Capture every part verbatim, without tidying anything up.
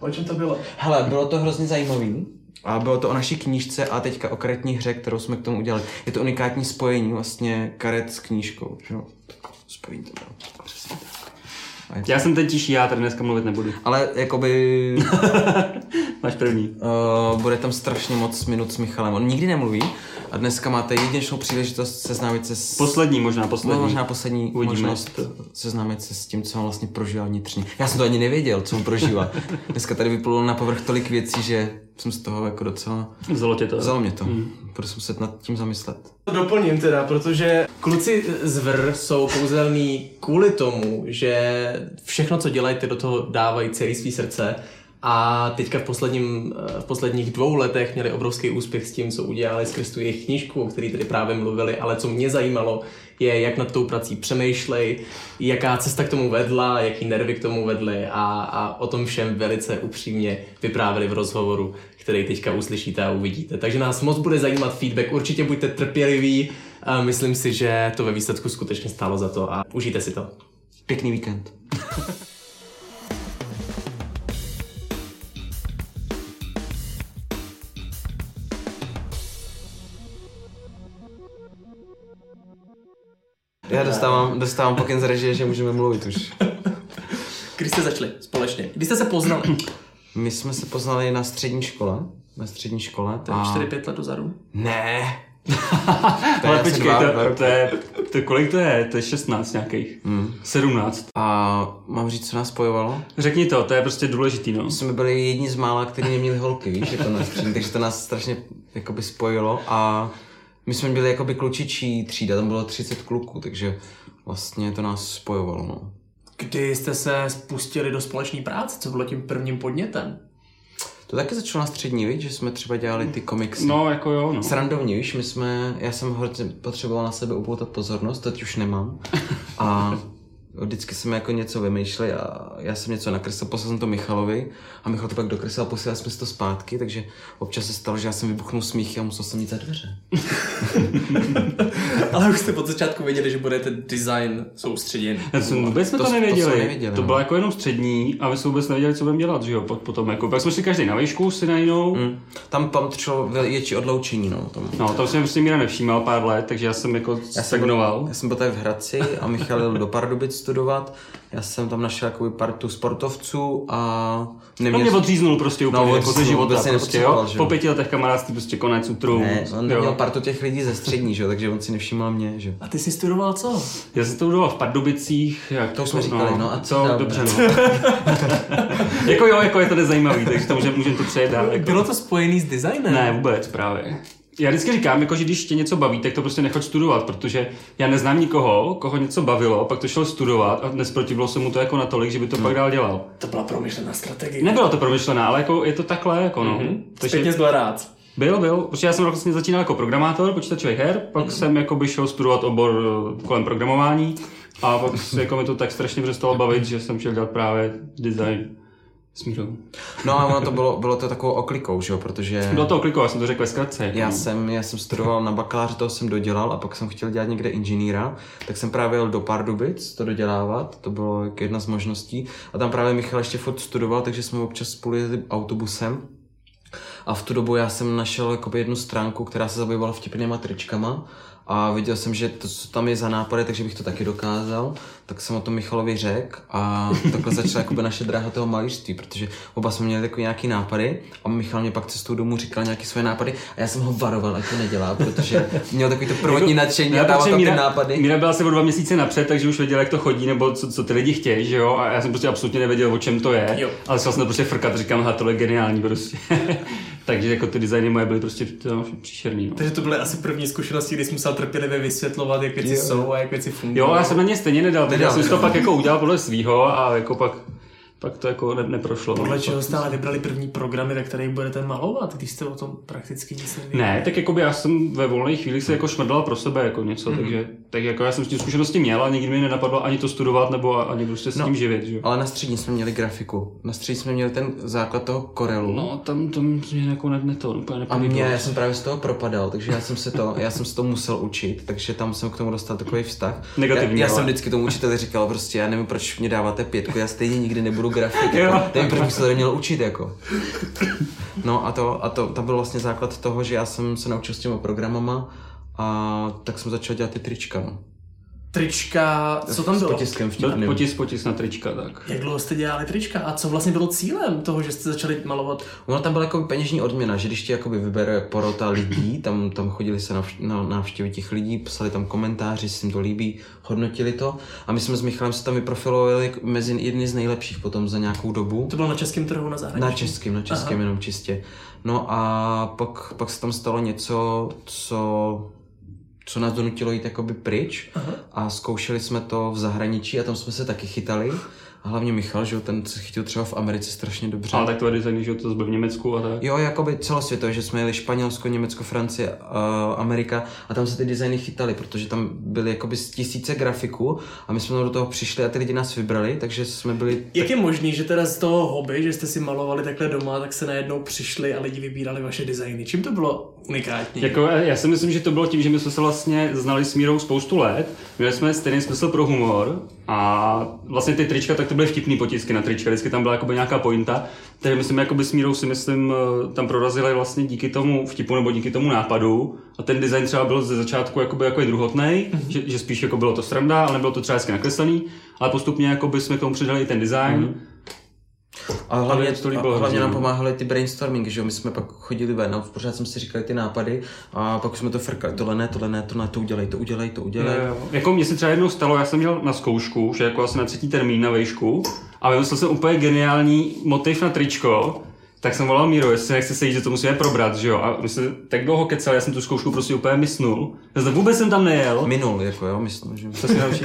O čem to bylo? Hele, bylo to hrozně zajímavý. A bylo to o naší knížce a teďka o karetní hře, kterou jsme k tomu udělali. Je to unikátní spojení vlastně karet s knížkou. Že? Spojení to bylo. Přesně tak. Já jsem ten tichý, já tady dneska mluvit nebudu. Ale jakoby... Máš první. Uh, bude tam strašně moc minut s Michalem. On nikdy nemluví a dneska máte jedinečnou příležitost seznámit se s... Poslední, možná poslední. No, možná poslední Uvidíme. možnost seznámit se s tím, co on vlastně prožívá vnitřně. Já jsem to ani nevěděl, co on prožívá. Dneska tady vyplulo na povrch tolik věcí, že jsem z toho jako docela... Vzalo tě to. Vzalo mě to. Mm. Proto jsem se nad tím zamyslet. Doplním teda, protože kluci z V R jsou kouzelní kvůli tomu, že všechno, co dělají, ty do toho dávají celý svý srdce. A teďka v, posledním, v posledních dvou letech měli obrovský úspěch s tím, co udělali skrz tu jejich knížku, o který tady právě mluvili, ale co mě zajímalo, je, jak nad tou prací přemýšlej, jaká cesta k tomu vedla, jaký nervy k tomu vedly a, a o tom všem velice upřímně vyprávěli v rozhovoru, který teďka uslyšíte a uvidíte. Takže nás moc bude zajímat feedback, určitě buďte trpěliví, a myslím si, že to ve výsledku skutečně stálo za to a užijte si to. Pěkný víkend. Já dostávám, dostávám pokyn z režie, že můžeme mluvit už. Kdy jste začali společně? Kdy jste se poznali? My jsme se poznali na střední škole. Na střední škole. To je čtyři pět let dozadu? Ne. Ale počkej, to, to, je, to kolik to je? To je šestnáct nějakých. Hmm. sedmnáct. A mám říct, co nás spojovalo? Řekni to, to je prostě důležitý, no. Jsme byli jedni z mála, kteří neměli holky, víš, jako na střední, takže to nás strašně jakoby spojilo a my jsme byli jakoby klučičí třída, tam bylo třicet kluků, takže vlastně to nás spojovalo, no. Kdy jste se spustili do společné práce? Co bylo tím prvním podnětem? To taky začalo na střední, víš, že jsme třeba dělali ty komiksy. No, jako jo, no. Srandovní, víš, my jsme, já jsem hodně potřeboval na sebe upoutat pozornost, teď už nemám. A vždycky jsme jako něco vymýšleli a já jsem něco nakreslil, poslal jsem to Michalovi a Michal to pak dokreslil a posílali jsme si to zpátky, takže občas se stalo, že já jsem vybuchnul smíchy a musel jsem jít za dveře. Ale už jste od začátku věděli, že budete design soustředěn. Vůbec jsme to, to nevěděli. To, nevěděli, to bylo jako jenom střední a my jsme vůbec nevěděli, co budeme dělat, že jo, potom jako, pak jsme šli každý na výšku si na jinou. Mm. Tam patřilo větší odloučení, no. Tam. No, tam jsem prostě Míra nevšímal pár let, takže já jsem jako já stagnoval. Jsem, já jsem byl tady v Hradci a Michal jel do Pardubic studovat. Já jsem tam našel jakoby partu sportovců a neměl... No mě odříznul prostě úplně no, jako ze života prostě, jo. Že? Po pěti letech kamarádství prostě konec útru. Ne, on neměl partu těch lidí ze střední, že? Takže on si nevšímal mě, že? A ty jsi studoval co? Já jsem studoval v Pardubicích. Jak to už jsme říkali, no. no a co? Dám, dobře, no. jako jo, jako je to nezajímavý, takže to můžeme můžem to přejet dál. Jako... Bylo to spojený s designem? Ne, vůbec právě. Já vždycky říkám, jako, že když tě něco baví, tak to prostě nechoď studovat, protože já neznám nikoho, koho něco bavilo, pak to šel studovat a nesprotivilo se mu to jako natolik, že by to hmm. pak dál dělal. To byla promyšlená strategie. Nebyla to promyšlená, ale jako je to takhle, jako no. Mm-hmm. Takže zpětně byl rád. Byl, byl, protože já jsem vlastně začínal jako programátor počítačových her, pak mm-hmm. jsem jako by šel studovat obor kolem programování a pak jako mi to tak strašně přestalo bavit, že jsem šel dělat právě design. Smírou. No a ono to bylo, bylo to takovou oklikou, že jo, protože... Bylo to oklikou, já jsem to řekl ve zkratce. Jako. Já jsem, já jsem studoval na bakaláře, toho jsem dodělal a pak jsem chtěl dělat někde inženýra, tak jsem právě jel do Pardubic to dodělávat, to bylo jedna z možností a tam právě Michal ještě furt studoval, takže jsme občas spolu jeli autobusem a v tu dobu já jsem našel jakoby jednu stránku, která se zabývala vtipnýma tričkama a viděl jsem, že to, co tam je za nápady, takže bych to taky dokázal, tak jsem o tom Michalovi řekl a takhle začala jakoby naše dráha toho malířství, protože oba jsme měli takový nějaký nápady a Michal mě pak cestou domů říkal nějaké svoje nápady a já jsem ho varoval, ať to nedělá, protože měl takový to prvotní nadšení a dával tam ty nápady. Míra byla asi o dva měsíce napřed, takže už věděl, jak to chodí nebo co, co ty lidi chtějí, že jo, a já jsem prostě absolutně nevěděl, o čem to je, jo. Ale začal jsem to prostě frkat, říkám, ha, tohle je geniální prostě. Takže jako ty designy moje byly prostě no, příšerný. No. Takže to byly asi první zkušenosti, kdy jsi musel trpělivě vysvětlovat, jak věci jo. jsou a jak věci fungují. Jo, já jsem na ně stejně nedal, takže já jsem to pak jako udělal podle svýho a jako pak, pak to jako ne, neprošlo. Podle čeho jste ale vybrali první programy, ve kterých budete malovat, když jste o tom prakticky nic nevěděli? Ne, tak jako by já jsem ve volných chvílích se jako šmrdal pro sebe jako něco, mm. takže tak jako já jsem s tím zkušenosti měl a nikdy mi nenapadlo ani to studovat nebo ani prostě s tím no, živit, že? Ale na střední jsme měli grafiku. Na střední jsme měli ten základ toho Corelu. No, tam to mě jako ne, ne to úplně nepodívalo. A mě, já jsem právě z toho propadal, takže já jsem se to, já jsem se to musel učit, takže tam jsem k tomu dostal takový vztah. Negativní. Já, já jsem vždycky tomu učiteli říkal, prostě já nevím, proč mě dáváte pětku, já stejně nikdy nebudu grafik, jako, nevím, proč bych se to měl učit, jako. No a to, a to, to byl vlastně základ toho, že já jsem se naučil s těma programama a tak jsem začal dělat ty trička, no. Trička, co tam s bylo? potiskem vtipným. Potis, potis na trička, tak. Jak dlouho jste dělali trička a co vlastně bylo cílem toho, že jste začali malovat? Ono tam byla jako peněžní odměna, že když ti jakoby vybere porota lidí, tam, tam chodili se na, na návštěvy těch lidí, psali tam komentáři, si jim to líbí, hodnotili to a my jsme s Michalem se tam vyprofilovali mezi jedny z nejlepších potom za nějakou dobu. To bylo na českém trhu, na zahraničí? Na českém, na českém jenom čistě. No a pak, pak se tam stalo něco, co... co nás donutilo jít jakoby pryč. Aha. A zkoušeli jsme to v zahraničí a tam jsme se taky chytali. A hlavně Michal, že ten se chytil třeba v Americe strašně dobře. Ale tak to je design, že to byl v Německu a tak. Jo, jakoby celosvětově, že jsme jeli Španělsko, Německo, Francie, uh, Amerika a tam se ty designy chytali, protože tam byly jakoby z tisíce grafiků a my jsme do toho přišli a ty lidi nás vybrali, takže jsme byli... Jak je možný, že teda z toho hobby, že jste si malovali takhle doma, tak se najednou přišli a lidi vybírali vaše designy? Čím to bylo unikátní? Jako, já si myslím, že to bylo tím, že my jsme se vlastně znali s Mírou spoustu let, měli jsme stejný smysl pro humor a vlastně ty trička, tak to byly vtipný potisky na trička, vždycky tam byla jakoby nějaká pointa, takže my jsme jakoby s Mírou si myslím tam prorazili vlastně díky tomu vtipu nebo díky tomu nápadu a ten design třeba byl ze začátku jakoby jako druhotnej, mm-hmm. že, že spíš jako bylo to sranda, ale nebylo to třeba hezky nakreslený, ale postupně jakoby jsme k tomu přidali i ten design. Mm-hmm. A hlavně, to líbilo, a hlavně nám pomáhaly ty brainstormingy, že jo, my jsme pak chodili ven a pořád jsme si říkali ty nápady a pak jsme to frkali, tohle ne, tohle ne, to ne, to udělej, to udělej, to udělej. Jo, jo. Jako mně se třeba jednou stalo, já jsem měl na zkoušku, že jako asi na třetí termín na vejšku a vymyslel jsem úplně geniální motiv na tričko, tak jsem volal Míru, jestli nechce se jít, že to musíme probrat, že jo, a my jsme tak dlouho kecali, já jsem tu zkoušku prostě úplně mysnul, vůbec jsem tam nejel. Minul, jako jo, mysnul, že jo. To si naučí.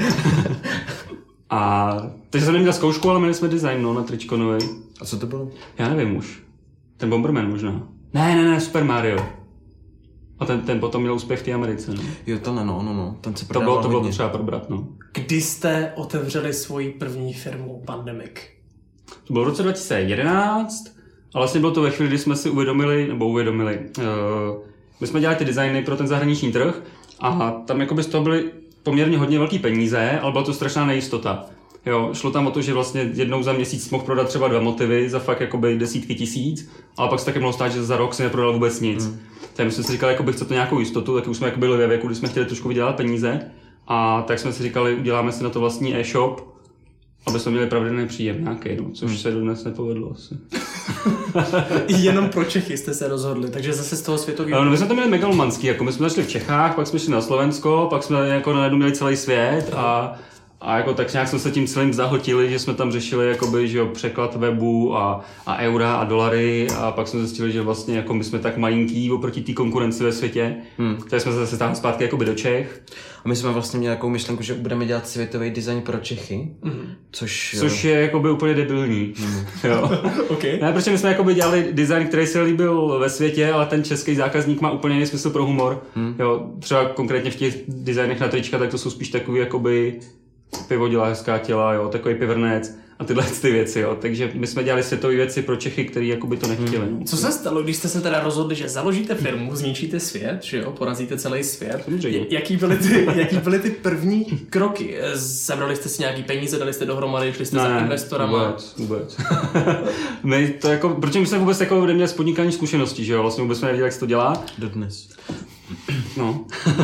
A takže jsem neměl zkoušku, ale měli jsme design, no, na tričko nový. A co to bylo? Já nevím už. Ten Bomberman možná. Ne, ne, ne, Super Mario. A ten, ten potom měl úspěch v té Americe, no. Jo, to ne, no, no, no. Ten se to bylo, to bylo potřeba probrat, no. Kdy jste otevřeli svoji první firmu Pandemic? To bylo v roce dva tisíce jedenáct, a vlastně bylo to ve chvíli, kdy jsme si uvědomili, nebo uvědomili, uh, my jsme dělali ty designy pro ten zahraniční trh a tam jakoby z toho byly poměrně hodně velký peníze, ale byla to strašná nejistota. Jo, šlo tam o to, že vlastně jednou za měsíc mohl prodat třeba dva motivy za fakt jakoby desítky tisíc, ale pak se taky mohlo stát, že za rok si neprodal vůbec nic. Hmm. Takže my jsme si říkali, jakoby chce to nějakou jistotu, tak už jsme jako byli ve věku, kdy jsme chtěli trošku vydělat peníze a tak jsme si říkali, uděláme si na to vlastní e-shop, aby jsme měli pravidelný příjem nějaký, no, což hmm. se dodnes nepovedlo asi. Jenom pro Čechy jste se rozhodli, takže zase z toho světového... No, my jsme to měli megalomanský, jako my jsme začali v Čechách, pak jsme šli na Slovensko, pak jsme jako najednou měli celý svět a A jako tak nějak jsme se tím celým zahltili, že jsme tam řešili jakoby, že jo, překlad webu a, a eura a dolary a pak jsme zjistili, že vlastně jako my jsme tak malinký oproti té konkurenci ve světě, hmm. takže jsme se zase stáhli zpátky jakoby do Čech. A my jsme vlastně měli takovou myšlenku, že budeme dělat světový design pro Čechy, hmm. což... Což je jakoby úplně debilní. Hmm. Jo. Okay. Ne, protože my jsme jakoby dělali design, který se líbil ve světě, ale ten český zákazník má úplně jiný smysl pro humor. Hmm. Jo, třeba konkrétně v těch designech na trička, tak to jsou spíš takový jakoby pivo dělá hezká těla, jo, takový pivrnec a tyhle ty věci, jo. Takže my jsme dělali světové věci pro Čechy, kteří jakoby to nechtěli. Hmm. Co se stalo, když jste se teda rozhodli, že založíte firmu, zničíte svět, že jo, porazíte celý svět? Samozřejmě. Jaký byly ty, jaký byly ty první kroky? Zabrali jste si nějaký peníze, dali jste dohromady, šli jste ne, za investorama? Vůbec, vůbec. my to jako, protože my jsme vůbec jako neměli z podnikání zkušenosti, že jo, vlastně vůbec jsme nevěděli, jak se to dělá. Dodnes. No.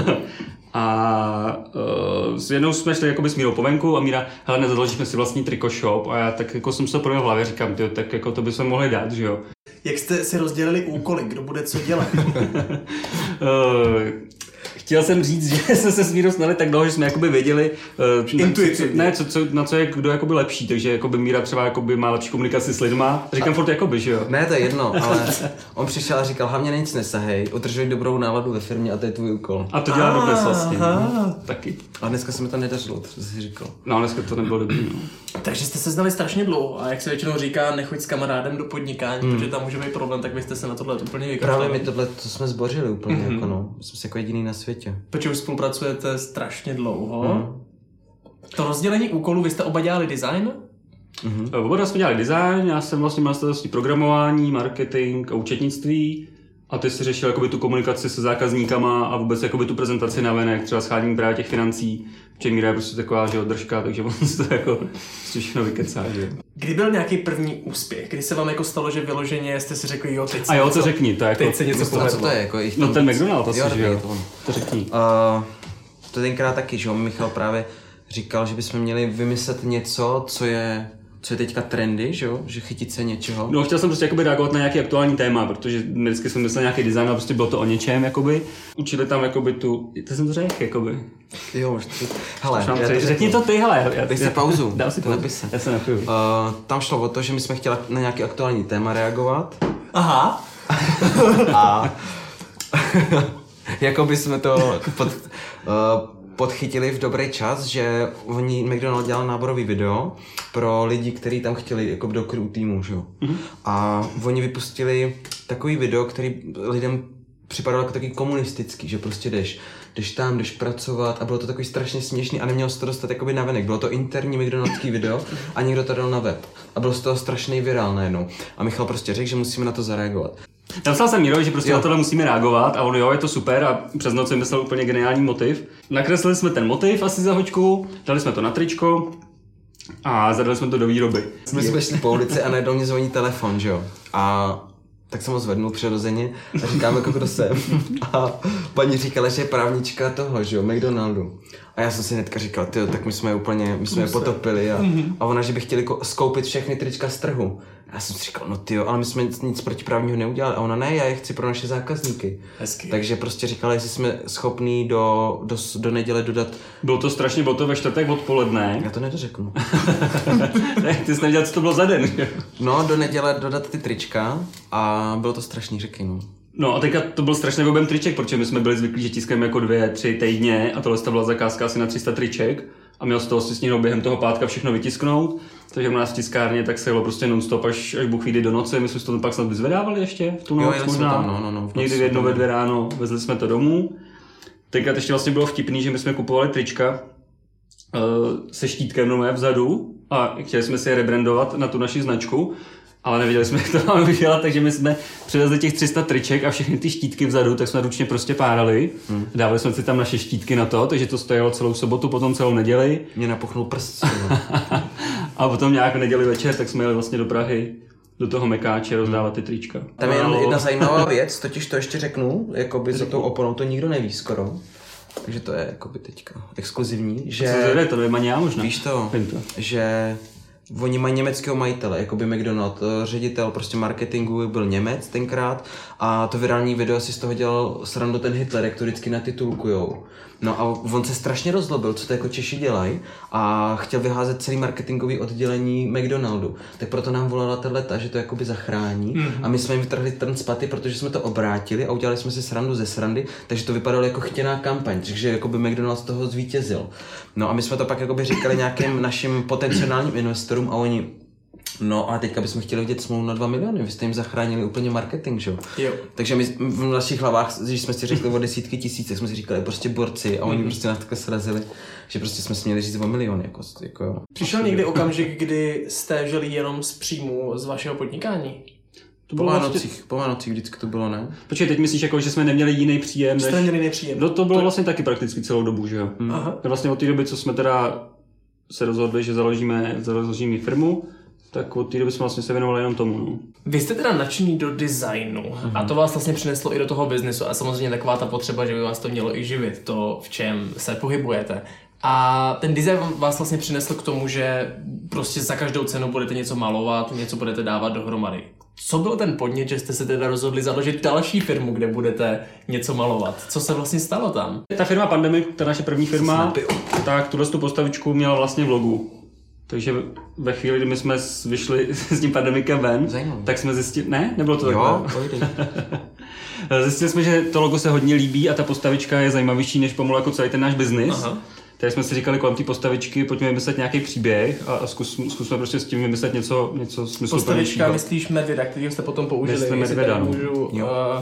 A uh, s jednou jsme šli jakoby s Mírou po venku a Míra, hele, nezaložíme si vlastní triko shop a já tak jako jsem se to pro mě v hlavě, říkám, tyjo, tak jako to bychom mohli dát, že jo. Jak jste si rozdělili úkoly, kdo bude co dělat? uh, Chtěl jsem říct, že jsme se s Mírou znali tak dlouho, že jsme jakoby věděli, uh, intuitivně. Ne, co, co, na co je kdo jakoby lepší, takže jakoby Míra třeba jakoby má lepší komunikaci s lidma. Říkám a... furt jakoby, že jo. Ne, to je jedno, ale on přišel a říkal, hlavně nic nesahej, udržuj dobrou náladu ve firmě a to je tvůj úkol. A to dělá dodnes vlastně. Aha. Taky. A dneska se mi to nedařilo, to jsi říkal. No, dneska to nebylo dobrý, no. Takže jste se znali strašně dlouho a jak se většinou říká, nechoď s kamarádem do podnikání, hmm. protože tam může být problém, tak byste se na tohle úplně vykašlali. Právě my tohle to jsme zbořili úplně, mm-hmm. jako no. My jsme se jako jediný na světě. Protože už spolupracujete strašně dlouho. Hmm. To rozdělení úkolů, vy jste oba dělali design? Mm-hmm. Oba jsme dělali design, já jsem vlastně měl starosti programování, marketing a účetnictví a ty jsi řešil jakoby tu komunikaci se zákazníkama a vůbec jakoby tu prezentaci na venek, třeba schánění právě těch financí, Protože Míra je prostě taková, že držka, takže on se to jako všechno vykecá, že? Kdy byl nějaký první úspěch? Kdy se vám jako stalo, že vyloženě jste si řekli, jo, teď se A jo, něco, to řekni, to jako, teď se něco povedlo. Co to je? Jako jich No ten McDonald asi, jo, že jo? To, to řekni. Uh, to tenkrát taky, že jo, Michal právě říkal, že bychom měli vymyslet něco, co je, co je teďka trendy, že jo, že chytit se něčeho. No, chtěl jsem prostě jakoby reagovat na nějaký aktuální téma, protože vždycky jsem myslel nějaký design a prostě bylo to o něčem, jakoby. Učili tam jakoby tu, to jsem to řekl, jakoby. Jo, to, hele, já to řekni to ty, hele. Já, Dej si pauzu, dám si pauzu, napise. Já se napiju. Uh, tam šlo o to, že my jsme chtěli na nějaký aktuální téma reagovat. Aha. A jakoby jsme to pod, uh, podchytili v dobrý čas, že oni McDonald dělal náborový video pro lidi, kteří tam chtěli jako do crew týmu, že jo. Mm-hmm. A oni vypustili takový video, který lidem připadalo jako taky komunistický, že prostě jdeš, jdeš tam, jdeš pracovat a bylo to takový strašně směšný a nemělo se to dostat jakoby navenek. Bylo to interní McDonaldský video a někdo to dal na web. A bylo z toho strašný virál najednou. A Michal prostě řekl, že musíme na to zareagovat. Napsal jsem Mírovi, že prostě jo. na tohle musíme reagovat a on jo, je to super a přes noc jsem myslel úplně geniální motiv. Nakreslili jsme ten motiv asi za hoďku, dali jsme to na tričko a zadali jsme to do výroby. My jsme šli po ulici a najednou mě zvoní telefon, že jo. A tak jsem ho zvednul přirozeně a říkám, jako kdo jsem. A paní říkala, že je právnička toho, že jo, McDonaldu. A já jsem si hnedka říkal, tyjo, tak my jsme úplně, my jsme je potopili a, a ona, že by chtěli skoupit všechny trička z trhu. A já jsem si říkal, no tyjo, ale my jsme nic, nic protiprávního neudělali. A ona, ne, já je chci pro naše zákazníky. Hezky. Takže prostě říkala, jestli jsme schopní do, do, do neděle dodat... Bylo to strašně, bylo to ve čtvrtek odpoledne. Já to nedořeknu. Ty jsi nevěděl, co to bylo za den. No, do neděle dodat ty trička a bylo to strašný, řeky, no. No a teďka to byl strašný objem triček, protože my jsme byli zvyklí, že tiskujeme jako dvě, tři týdně a tohle byla zakázka asi na tři sta triček a měl z toho si sníhnout během toho pátka všechno vytisknout. Takže u nás v tiskárně tak se jelo prostě non-stop až, až Bůh vyjde do noci. My jsme si to pak snad vyzvedávali ještě v tu noc, jo, možná. Tam, no, no, no, někdy v jedno, ve dvě ráno, vezli jsme to domů. Teďka ještě vlastně bylo vtipný, že my jsme kupovali trička uh, se štítkem nové vzadu a chtěli jsme si je rebrandovat na tu naši značku. Ale nevěděli jsme, jak to máme udělat, takže my jsme přivezli těch tři sta triček a všechny ty štítky vzadu, tak jsme ručně prostě párali. Hmm. Dávali jsme si tam naše štítky na to, takže to stojalo celou sobotu, potom celou neděli. Mě napuchnul prst. A potom nějak v neděli večer, tak jsme jeli vlastně do Prahy, do toho Mekáče rozdávat ty trička. Tam je jedna, jedna zajímavá věc, totiž to ještě řeknu, jakoby za tou oponou to nikdo neví skoro. Takže to je jakoby teďka exkluzivní, že... Co to je, to nevím ani já možná. Víš to, to. že oni mají německého majitele, jakoby McDonald, ředitel prostě marketingu byl Němec tenkrát a to virální video si z toho dělal srandu ten Hitler, jak to vždycky natitulkujou. No a on se strašně rozlobil, co to jako Češi dělají a chtěl vyházet celý marketingový oddělení McDonaldu. Tak proto nám volala ta leta, že to jakoby zachrání mm-hmm. a my jsme jim vytrhli trn z paty, protože jsme to obrátili a udělali jsme si srandu ze srandy, takže to vypadalo jako chtěná kampaň, takže jakoby McDonald z toho zvítězil. No a my jsme to pak jakoby říkali nějakým našim potenciálním investorům a oni no a teďka bychom chtěli vidět smlouvu na dva miliony, vy jste jim zachránili úplně marketing, že jo? Takže my v našich hlavách, když jsme si řekli o desítky tisíc, tak jsme si říkali prostě borci a oni mm. prostě nás takhle srazili, že prostě jsme směli říct o miliony, jako, jako jo. Přišel někdy okamžik, kdy jste žili jenom z příjmu z vašeho podnikání? To po Vánocích, vlastně... po Vánocích vždycky to bylo, ne? Počkej, teď myslíš jako, že jsme neměli jiný příjem, než... Jste neměli jiný příjem. No to bylo to... vlastně taky prakticky celou dobu, že jo? Hmm. Aha. Vlastně od té doby, co jsme teda se rozhodli, že založíme, založíme firmu, tak od té doby jsme vlastně se věnovali jenom tomu. No. Vy jste teda nadšený do designu mm-hmm. a to vás vlastně přineslo i do toho biznesu a samozřejmě taková ta potřeba, že by vás to mělo i živit, to v čem se pohybujete. A ten design vás vlastně přinesl k tomu, že prostě za každou cenu budete něco malovat, něco budete dávat dohromady. Co byl ten podnět, že jste se teda rozhodli založit další firmu, kde budete něco malovat? Co se vlastně stalo tam? Ta firma Pandemic, ta naše první firma, tak tuhle tu postavičku měla vlastně v logu. Takže ve chvíli, kdy my jsme vyšli s tím Pandemicem ven, Zajímavé. Tak jsme zjistili, ne? Nebylo to jo, takhle? Zjistili jsme, že to logo se hodně líbí a ta postavička je zajímavější než pomalu jako celý ten náš biznis. Takže jsme si říkali kolem té postavičky, pojďme vymyslet nějaký příběh a, a zkus, zkusme prostě s tím vymyslet něco, něco smysluplnějšího. Postavička, myslíš medvěda, který jste potom použili? Myslím medvěda, no. Můžu uh,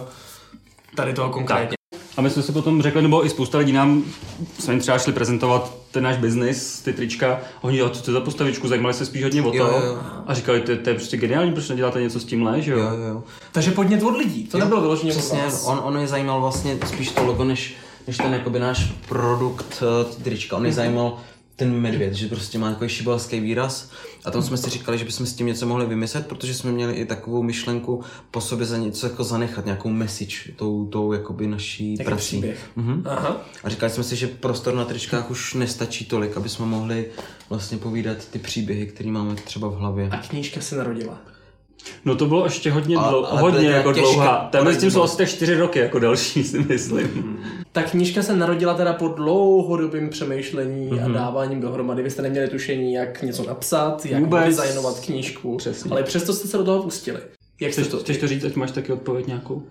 tady toho konkrétně. Tak. A my jsme si potom řekli, nebo i spousta lidí nám, jsme jim třeba šli prezentovat ten náš biznis, ty trička, oni dělali, co to je za postavičku, zajímali se spíš hodně o to jo, jo. a říkali, to, to je prostě geniální, proč neděláte něco s tímhle, že jo? jo, jo. Takže podnět od lidí, to jo, nebylo vyloženě přesně, on, on je zajímal vlastně spíš to logo, než než ten jakoby náš produkt uh, trička. On mě zajímal ten medvěd, že prostě má takový šibalský výraz a tam jsme si říkali, že bychom s tím něco mohli vymyslet, protože jsme měli i takovou myšlenku po sobě za něco jako zanechat, nějakou message, tou, tou jakoby naší Jaký prací. příběh. Mhm. Aha. A říkali jsme si, že prostor na tričkách už nestačí tolik, aby jsme mohli vlastně povídat ty příběhy, které máme třeba v hlavě. A knížka se narodila. No to bylo ještě hodně, A- dlou, ale hodně to je jako těžké. dlouhá. Tam s tím jsou asi tak čtyři roky jako další, si myslím. Ta knížka se narodila teda po dlouhodobým přemýšlení mm-hmm. a dáváním dohromady. Vy jste neměli tušení, jak něco napsat, jak Vůbec. designovat knížku, Přesně. ale přesto jste se do toho pustili. Jak jste Chceš to? to, chceš to říct, ať máš taky odpověď nějakou?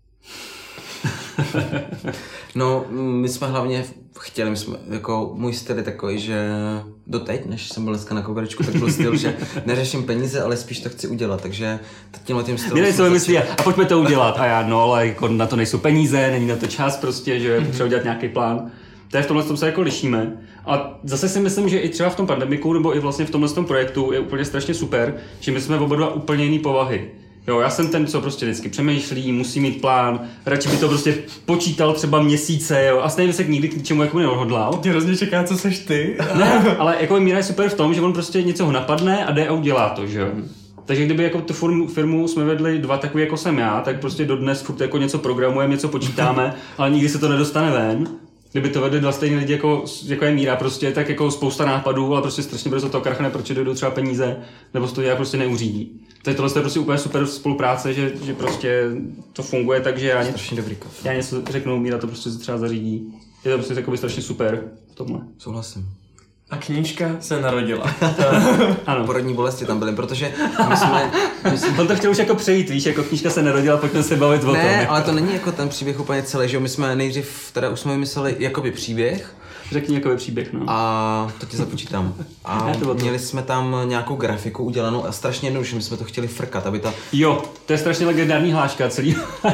No, my jsme hlavně chtěli, my jsme, jako můj styl je takový, že doteď, než jsem byl dneska na koberečku, tak byl styl, že neřeším peníze, ale spíš to chci udělat, takže tímhle tím stylem... Mě co myslí, a pojďme to udělat. A já, no, ale jako na to nejsou peníze, není na to čas prostě, že je potřeba udělat nějaký plán. To je v tomhle tom se jako lišíme. A zase si myslím, že i třeba v tom pandemiku, nebo i vlastně v tomhle tom projektu je úplně strašně super, že my jsme oba dva úplně jiný povahy. Jo, já jsem ten, co prostě vždycky přemýšlí, musí mít plán, radši by to prostě počítal třeba měsíce, jo, a stejně se nikdy k ničemu jako neodhodlal. Tě hrozně čeká, co seš ty. Ne, ale jako Míra je super v tom, že on prostě něco ho napadne a jde a udělá to, že jo. Takže kdyby jako tu firmu, firmu jsme vedli dva takový jako jsem já, tak prostě dodnes furt jako něco programujeme, něco počítáme, ale nikdy se to nedostane ven. Kdyby to vedli dva stejní lidi jako, jako je Míra, prostě tak jako spousta nápadů, ale prostě strašně brzo to krachne, protože dojdou třeba peníze, nebo se to nějak prostě neuřídí. Takže tohle je prostě úplně super spolupráce, že, že prostě to funguje, takže já, ně, Strašně dobrý kafe. já něco řeknu, Míra to prostě třeba zařídí. Je to prostě takový strašně super v tomhle. Souhlasím. A knížka se narodila. Ano. Porodní bolesti tam byly, protože my jsme... My jsme On to chtěl už jako přejít, víš, jako knížka se narodila, pojďme se bavit o tom. ne, jako. ale to není jako ten příběh úplně celý, že jo, my jsme nejdřív, teda už jsme vymysleli jakoby příběh, Řekni jakový příběh, no. a to ti započítám. A Ne, to bylo to. měli jsme tam nějakou grafiku udělanou a strašně jednoduše, my jsme to chtěli frkat, aby ta... Jo, to je strašně legendární hláška, celý,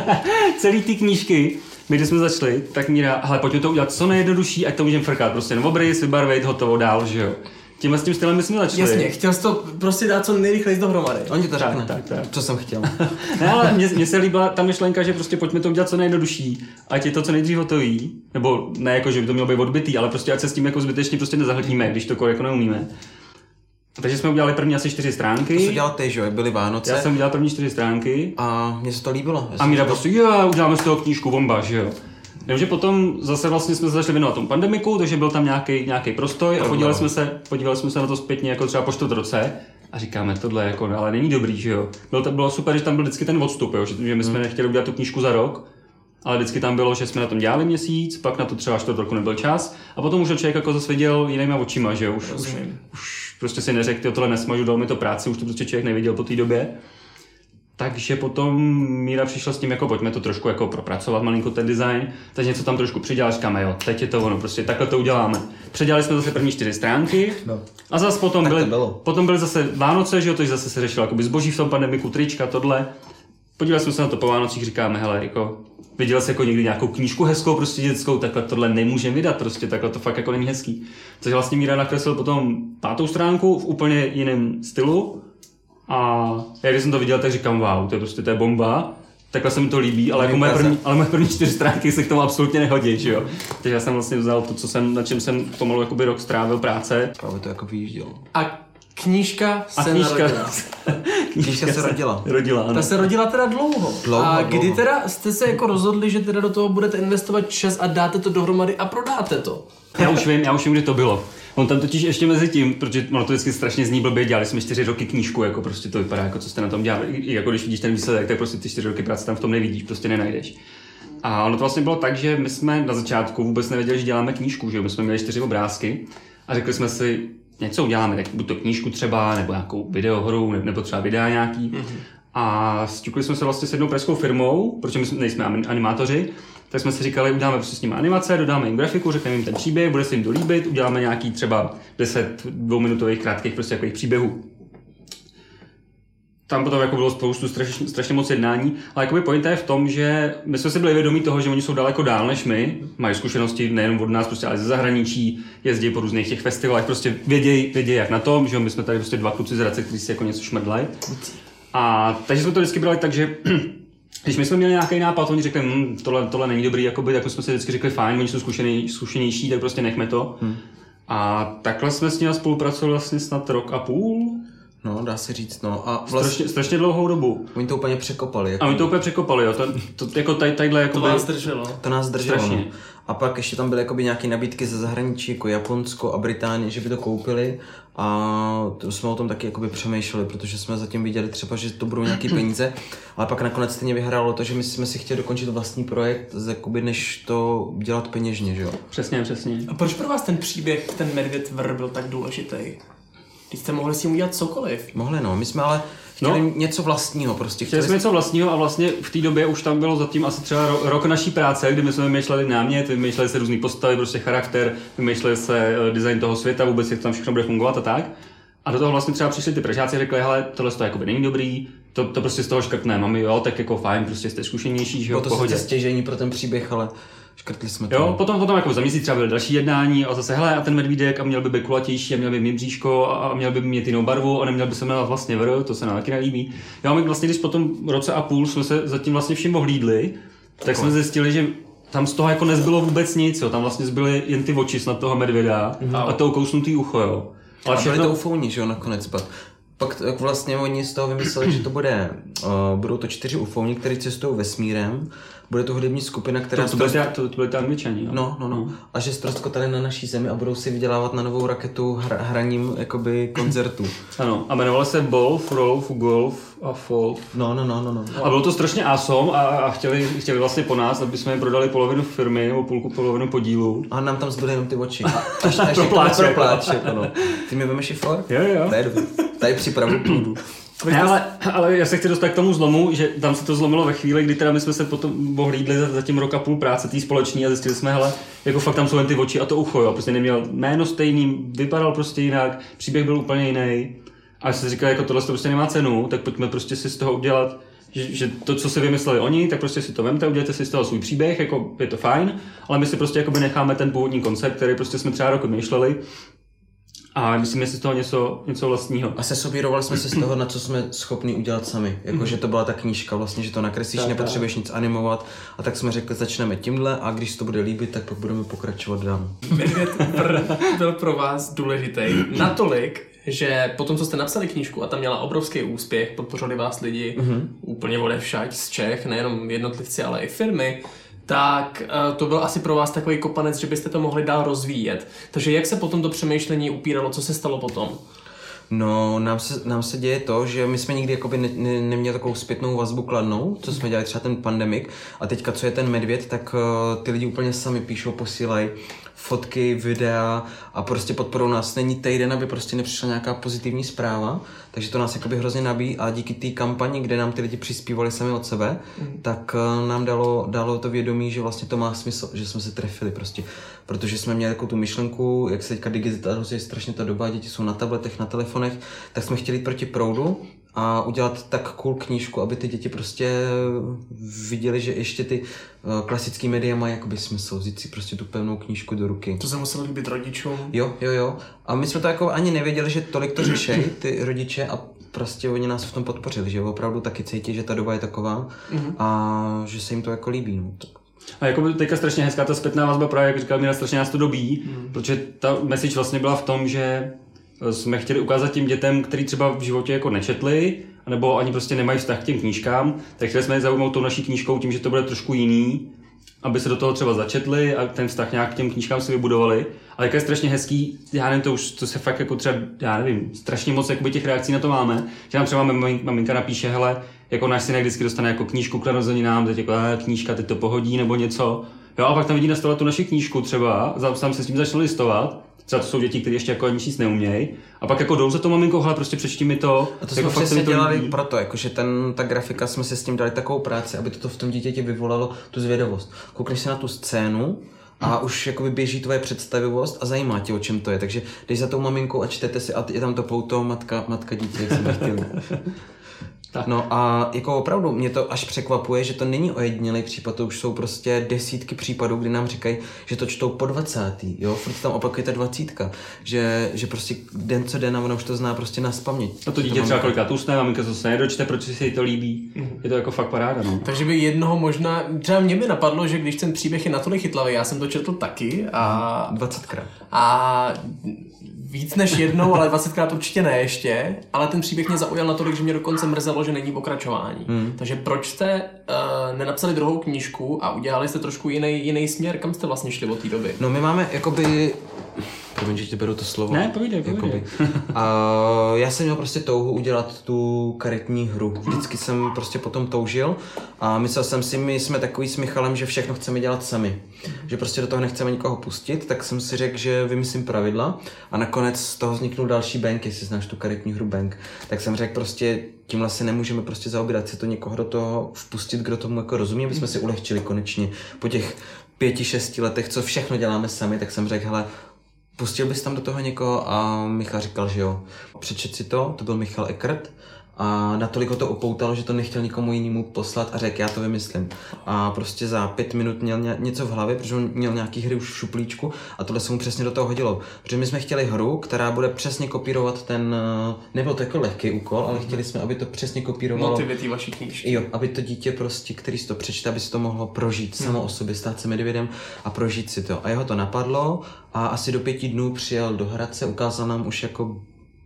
celý ty knížky. My když jsme začali, tak Míra, hele, pojďme to udělat co nejjednodušší, ať to můžeme frkat, prostě no obrys, vybarvit, hotovo, dál, že jo. Tímhle s tím stylem my jsme začali. Jasně, chtěl jsi to prostě dát co nejrychleji dohromady. On ti to Tak, řekne, tak, tak. co jsem chtěl. Ne, ale mně, mně se líbila ta myšlenka, že prostě pojďme to udělat co nejjednodušší, ať je to co nejdřív hotový, nebo ne jako, že by to mělo být odbitý, ale prostě ať se s tím jako zbytečně prostě nezahltíme, když to jako neumíme. Takže jsme udělali první asi čtyři stránky. To jsi dělal ty, že jo, jak byly Vánoce. Já jsem udělal první čtyři stránky. A mně se to líbilo. Já A jsem Míra to- prostě, jo, uděláme z toho knížku, bomba, že jo. Takže potom zase vlastně jsme se začali věnovat tomu pandemiku, takže byl tam nějaký nějaký prostoj a podívali jsme se, podívali jsme se na to zpětně jako třeba po čtvrt roce a říkáme, tohle jako, ale není dobrý, že jo. Bylo to bylo super, že tam byl vždycky ten odstup, jo, že, že my jsme nechtěli udělat tu knížku za rok, ale vždycky tam bylo, že jsme na tom dělali měsíc, pak na to třeba čtvrt roku nebyl čas a potom už to člověk jako zase viděl jinýma očima, že jo. Už, už, už prostě si neřekl, ty tohle nesmažu, dal mi to práci, už to prostě člověk neviděl po té době. Takže potom Míra přišla s tím, jako pojďme to trošku jako propracovat malinko ten design, takže něco tam trošku přidělal, říkáme jo, teď je to ono, prostě takhle to uděláme. Předělali jsme zase první čtyři stránky No. a zase potom Tak to byly, bylo. potom byly zase Vánoce, že jo, to zase se řešilo jakoby zboží v tom pandemiku, trička, tohle. Podívali jsme se na to po Vánocích, říkáme, hele, jako viděl jsi jako někdy nějakou knížku hezkou, prostě dětskou, takhle tohle nemůžeme vydat, prostě takhle to fakt jako není hezký. Takže vlastně Míra nakreslil potom pátou stránku v úplně jiném stylu. A já když jsem to viděl, tak říkám, wow, to je prostě to je bomba. Takhle se mi to líbí, ale, jako moje první, ale moje první čtyři stránky se k tomu absolutně nehodí, že jo. Takže já jsem vlastně vzal to, co jsem, na čem jsem pomalu jakoby rok strávil práce. Právě to jako vyjíždělo. A knížka se A knížka, narodila. Knížka se rodila. rodila, ano. Ta se rodila teda dlouho. Dlouho, a kdy dlouho. teda jste se jako rozhodli, že teda do toho budete investovat čas a dáte to dohromady a prodáte to? Já už vím, já už vím, kdy to bylo. On tam totiž ještě mezi tím, protože ono to vždycky strašně zní blbě, dělali jsme čtyři roky knížku, jako prostě to vypadá, jako co jste na tom dělali. I jako když vidíš ten výsledek, tak prostě ty čtyři roky práce tam v tom nevidíš, prostě nenajdeš. A ono to vlastně bylo tak, že my jsme na začátku vůbec nevěděli, že děláme knížku, že jo? My jsme měli čtyři obrázky a řekli jsme si, něco uděláme, tak buď to knížku třeba, nebo nějakou videohru, nebo třeba videa nějaký. Mm-hmm. A stukli jsme se vlastně s jednou pražskou firmou, protože my nejsme animátoři, tak jsme si říkali, uděláme prostě s nimi animace, dodáme jim grafiku, řekneme jim ten příběh, bude se jim to líbit, uděláme nějaký třeba deset dvouminutových krátkých prostě takových příběhů. Tam potom jako bylo spoustu strašně, strašně moc jednání, ale jakoby pointa je v tom, že my jsme si byli vědomí toho, že oni jsou daleko dál než my, mají zkušenosti nejenom od nás, prostě, ale ze zahraničí, jezdí po různých těch festivalech, prostě vědějí, vědějí jak na tom, že my jsme tady prostě dva kluci z Hradce, kteří si jako něco šmrdlají. A takže jsme to vždycky brali tak, že Když my jsme měli nějaký nápad, oni řekli, hm, tohle, tohle není dobrý, jakoby, tak jsme si vždycky řekli, fajn, oni jsou zkušenej, zkušenější, tak prostě nechme to. Hmm. A takhle jsme s nimi spolupracovali vlastně snad rok a půl. No, dá se říct, no. A vlastně, strašně, strašně dlouhou dobu. Oni to úplně překopali. Jako... A oni to úplně překopali, jo. To, to, jako tady, tadyhle, jako to nás drželo. To nás drželo, no. A pak ještě tam byly jakoby nějaké nabídky ze zahraničí, jako Japonsko a Británie, že by to koupili. A to jsme o tom taky jakoby přemýšleli, protože jsme zatím viděli třeba, že to budou nějaké peníze. Ale pak nakonec stejně vyhrálo to, že my jsme si chtěli dokončit vlastní projekt, jakoby, než to dělat peněžně, že jo. Přesně, přesně. A proč pro vás ten příběh, ten Medvěd Vr byl tak důležitý? Když jste mohli s tím udělat cokoliv. Mohli, no. My jsme ale chtěli no. něco vlastního prostě. Chtěli, chtěli jsme něco vlastního a vlastně v té době už tam bylo zatím asi třeba ro- rok naší práce, kdy my jsme vymýšleli námět, vymýšleli se různý postavy, prostě charakter, vymýšleli se design toho světa, vůbec jak tam všechno bude fungovat a tak. A do toho vlastně třeba přišli ty pražáci a řekli, hele, tohle to jakoby není dobrý, to, to prostě z toho škrtneme. A my jo, tak jako fajn, prostě jste zkušenější, že jo, v pohodě. To sice stěžení pro ten příběh, ale škrtli jsme to. Jo, potom, potom jako za měsíc třeba byly další jednání a zase, hele, a ten medvídek a měl by být kulatější a měl by mít bříško a měl by mít jinou barvu a neměl by se jmenovat vlastně Vr, to se nám taky nelíbí. Jo, my vlastně, když potom roce a půl jsme se zatím vlastně vším ohlídli, tak, tak jsme zjistili, že tam z toho jako nezbylo vůbec nic, jo, tam vlastně zbyly jen ty oči snad toho medvěda mm-hmm. a to ukousnutý ucho, jo. Ale všechno... byli to ufouni, že jo, nakonec pak. Pak vlastně oni z toho vymysleli, že to bude, uh, budou to čtyři ufouni, kteří cestují vesmírem. Bude to hudební skupina, která... To, to, byly, ta, to, to byly ty Angličani, jo? No, no, no. no. A že ztroskotali na naší zemi a budou si vydělávat na novou raketu hra, hraním jakoby koncertů. Ano, a jmenovali se Bolf, Rolf, Golf a Folf. No, no, no, no, no. A bylo to strašně awesome a, a chtěli, chtěli vlastně po nás, aby jsme jim prodali polovinu firmy nebo půlku polovinu podílu. A nám tam zbyly jenom ty oči. Až, až pro pláček, ano. Ty mi vemeš i for? Jo, jo. Tady, tady připravu půdu. Ne, ale, ale já se chci dostat k tomu zlomu, že tam se to zlomilo ve chvíli, kdy teda my jsme se potom ohlídli za, za tím rok a půl práce tý společní a zjistili jsme, hele, jako fakt tam jsou jen ty oči a to ucho, jo, prostě neměl jméno stejný, vypadal prostě jinak, příběh byl úplně jiný. A jsem si říkal, jako tohle to prostě nemá cenu, tak pojďme prostě si z toho udělat, že, že to, co si vymysleli oni, tak prostě si to vemte, udělejte si z toho svůj příběh, jako je to fajn, ale my si prostě jakoby necháme ten původní koncept, který prostě jsme třeba rok myšleli. A myslíme si z toho něco, něco vlastního. A sesobírovali jsme se z toho, na co jsme schopni udělat sami. Jako, mm. že to byla ta knížka vlastně, že to nakreslíš, tak, nepotřebuješ tak. nic animovat. A tak jsme řekli, začneme tímhle a když to bude líbit, tak pak budeme pokračovat dál. Medvěd Vr byl pro vás důležitý natolik, že potom, co jste napsali knížku a tam měla obrovský úspěch, podpořili vás lidi mm-hmm. úplně odevšať z Čech, nejenom jednotlivci, ale i firmy, tak uh, to byl asi pro vás takový kopanec, že byste to mohli dál rozvíjet. Takže jak se potom to přemýšlení upíralo, co se stalo potom? No, nám se, nám se děje to, že my jsme nikdy jakoby ne, ne, neměli takovou zpětnou vazbu kladnou, co jsme dělali třeba ten pandemik. A teďka, co je ten medvěd, tak uh, ty lidi úplně sami píšou, posílají fotky, videa a prostě podporou nás. Není týden, aby prostě nepřišla nějaká pozitivní zpráva, takže to nás jakoby hrozně nabíjí a díky té kampani, kde nám ty lidi přispívali sami od sebe, mm. tak uh, nám dalo, dalo to vědomí, že vlastně to má smysl, že jsme se trefili prostě, protože jsme měli jako tu myšlenku, jak se teďka digitalizuje strašně ta doba, děti jsou na tabletech, na telefonech, tak jsme chtěli jít proti proudu a udělat tak cool knížku, aby ty děti prostě viděli, že ještě ty uh, klasické média mají jakoby smysl, vzít si prostě tu pevnou knížku do ruky. To se muselo líbit rodičům. Jo, jo, jo. A my jsme to jako ani nevěděli, že tolik to řešejí ty rodiče a prostě oni nás v tom podpořili, že opravdu taky cítí, že ta doba je taková mm-hmm. a že se jim to jako líbí. No. A jako teďka strašně hezká ta zpětná vazba právě, jak říkal Míra, strašně nás to dobí, mm. protože ta message vlastně byla v tom, že jsme chtěli ukázat těm dětem, který třeba v životě jako nečetli, nebo ani prostě nemají vztah k těm knížkám, tak chtěli jsme je zaujmout tou naší knížkou tím, že to bude trošku jiný, aby se do toho třeba začetli a ten vztah nějak k těm knížkám si vybudovali. Ale jak je strašně hezký, já nevím, to už to se fakt jako třeba, já nevím, strašně moc jakoby těch reakcí na to máme, že nám třeba maminka napíše, hele, jako náš synek vždycky dostane jako knížku k narozeninám, teď jako knížka, teď to pohodí nebo něco. Jo, a pak tam vidí na stole tu naši knížku třeba, tam se s tím začal listovat. Třeba to jsou děti, které ještě jako ani číst neumějí. A pak jako jdou za to maminkou, hele, prostě přečti mi to. A to jako jsme přesně dělali líbí. Proto, jakože ten, ta grafika jsme si s tím dali takovou práci, aby to v tom dítěti vyvolalo tu zvědavost. Koukneš se na tu scénu a už jakoby běží tvoje představivost a zajímá tě, o čem to je. Takže jdeš za tou maminkou a čtete si a je tam to pouto matka, matka dítě, jak jsme chtěli. Tak. No a jako opravdu mě to až překvapuje, že to není ojedinělý případ, to už jsou prostě desítky případů, kdy nám říkají, že to čtou po dvacátý, jo, furt tam opakuje ta dvacítka, že, že prostě den co den a ona už to zná prostě naspaměť. A to dítě třeba kolikrát usne, maminka to se nedočte, protože si to líbí. Mm. Je to jako fakt paráda, no. Takže by jednoho možná, třeba mě by napadlo, že když ten příběh je natolik chytlavý, já jsem to četl taky a... dvacetkrát. A víc než jednou, ale dvacetkrát určitě ne ještě, ale ten příběh mě zaujal natolik, že mě dokonce mrzelo, že není pokračování. Hmm. Takže proč jste uh, nenapsali druhou knížku a udělali jste trošku jiný, jiný směr? Kam jste vlastně šli od té doby? No my máme jakoby... Promiň, že ti beru to slovo. Ne, povídej, povídej. A já jsem měl prostě touhu udělat tu karetní hru. Vždycky jsem prostě potom toužil a myslel jsem si, my jsme takový s Michalem, že všechno chceme dělat sami. Že prostě do toho nechceme nikoho pustit, tak jsem si řekl, že vymyslím pravidla a nakonec z toho vzniknul další bank, jestli znáš tu karetní hru bank. Tak jsem řekl prostě, tímhle si nemůžeme prostě zaobírat, se to někoho do toho vpustit, kdo tomu jako rozumí, aby jsme si ulehčili konečně po těch pěti, šesti letech, co všechno děláme sami, tak jsem řekl, hele, pustil bys tam do toho někoho a Michal říkal, že jo. Přečet si to, to byl Michal Eckert a natolik ho to upoutalo, že to nechtěl nikomu jinému poslat a řekl, já to vymyslím. A prostě za pět minut měl něco v hlavě, protože on měl nějaký hry už v šuplíčku a tohle se mu přesně do toho hodilo. Protože my jsme chtěli hru, která bude přesně kopírovat ten, nebyl to jako lehký úkol, ale chtěli jsme, aby to přesně kopírovalo. Motivy té vaší knížky. Jo, aby to dítě prostě, který si to přečte, aby si to mohlo prožít hmm. samo o sobě, stát se medvědem a prožít si to. A jeho to napadlo a asi do pěti dnů přijel do Hradce, ukázal nám už jako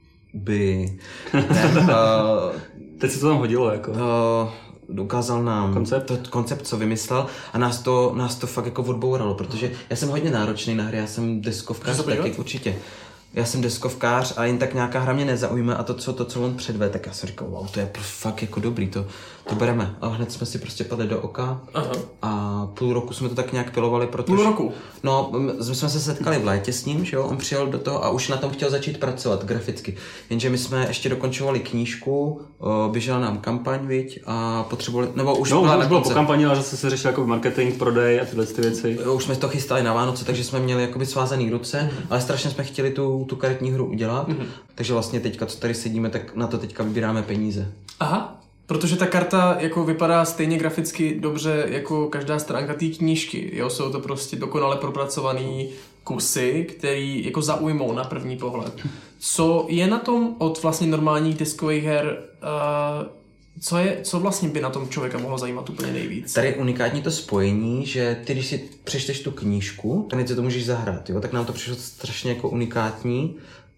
by... Ten, uh, teď se to tam hodilo, jako. Uh, ukázal nám koncept? To, koncept, co vymyslel a nás to, nás to fakt jako odbouralo, protože já jsem hodně náročný na hry, já jsem deskovkář taky, určitě. Já jsem deskovkář a jen tak nějaká hra mě nezaujme a to, co, to, co on předvede, tak já jsem říkal, wow, to je fakt jako dobrý, to, to bereme. A hned jsme si prostě padli do oka. Aha. A půl roku jsme to tak nějak pilovali, protože... Půl roku? No, my jsme se setkali v létě s ním, že jo, on přijel do toho a už na tom chtěl začít pracovat graficky. Jenže my jsme ještě dokončovali knížku, běžela nám kampaň, viď, a potřebovali, nebo už no, byla už na bylo konce. po kampani, ale zase se řešil jako marketing, prodej a tyhle ty věci. Už jsme to chystali na Vánoce, takže jsme měli jakoby svázaný ruce, mm. ale strašně jsme chtěli tu, tu karetní hru udělat, mm. takže vlastně teďka, co tady sedíme, tak na to teďka vybíráme peníze. Aha. Protože ta karta jako vypadá stejně graficky dobře jako každá stránka té knížky. Jo? Jsou to prostě dokonale propracovaný kusy, který jako zaujmou na první pohled. Co je na tom od vlastně normálních diskových her, uh, co, je, co vlastně by na tom člověka mohlo zajímat úplně nejvíc? Tady je unikátní to spojení, že ty, když si přečteš tu knížku, tak si to můžeš zahrát, jo? Tak nám to přišlo strašně jako unikátní.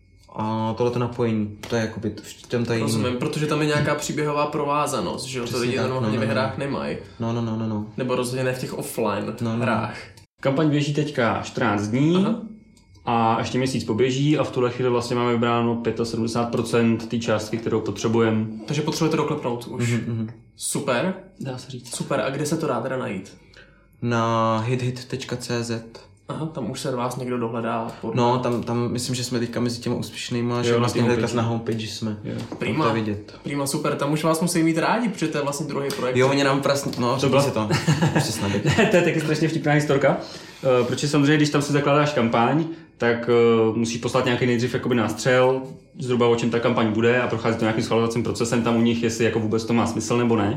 A tohleto napojení, to je jakoby v tom to Rozumím, jiný. Protože tam je nějaká příběhová provázanost, že jo, to lidi normálně no, no, ve hrách nemají. No, no, no, no, no. Nebo rozhodně ne v těch offline no, no. hrách. Kampaň běží teďka čtrnáct dní. Aha. A ještě měsíc poběží a v tuhle chvíli vlastně máme vybráno sedmdesát pět procent té částky, kterou potřebujeme. Takže potřebujete doklepnout už. Mm-hmm. Super. Dá se říct. Super, a kde se to dá teda najít? Na hithit tečka cé zet. Aha, tam už se vás někdo dohledá. Podle... No, tam, tam myslím, že jsme teďka mezi těma úspěšnýma, že vlastně hnedka na homepage jsme. Jo. Prima, to vidět. Prima, super, tam už vás musí mít rádi, protože to je vlastně druhý projekt. Jo, oni nám prasně, no, řekni si to. Ještě snad. To je taky strašně vtipná historka, uh, protože samozřejmě, když tam si zakládáš kampaň, tak uh, musíš poslat nějaký nejdřív jakoby nástřel, zhruba o čem ta kampaň bude a prochází to nějakým schvalovacím procesem tam u nich, jestli jako vůbec to má smysl nebo ne.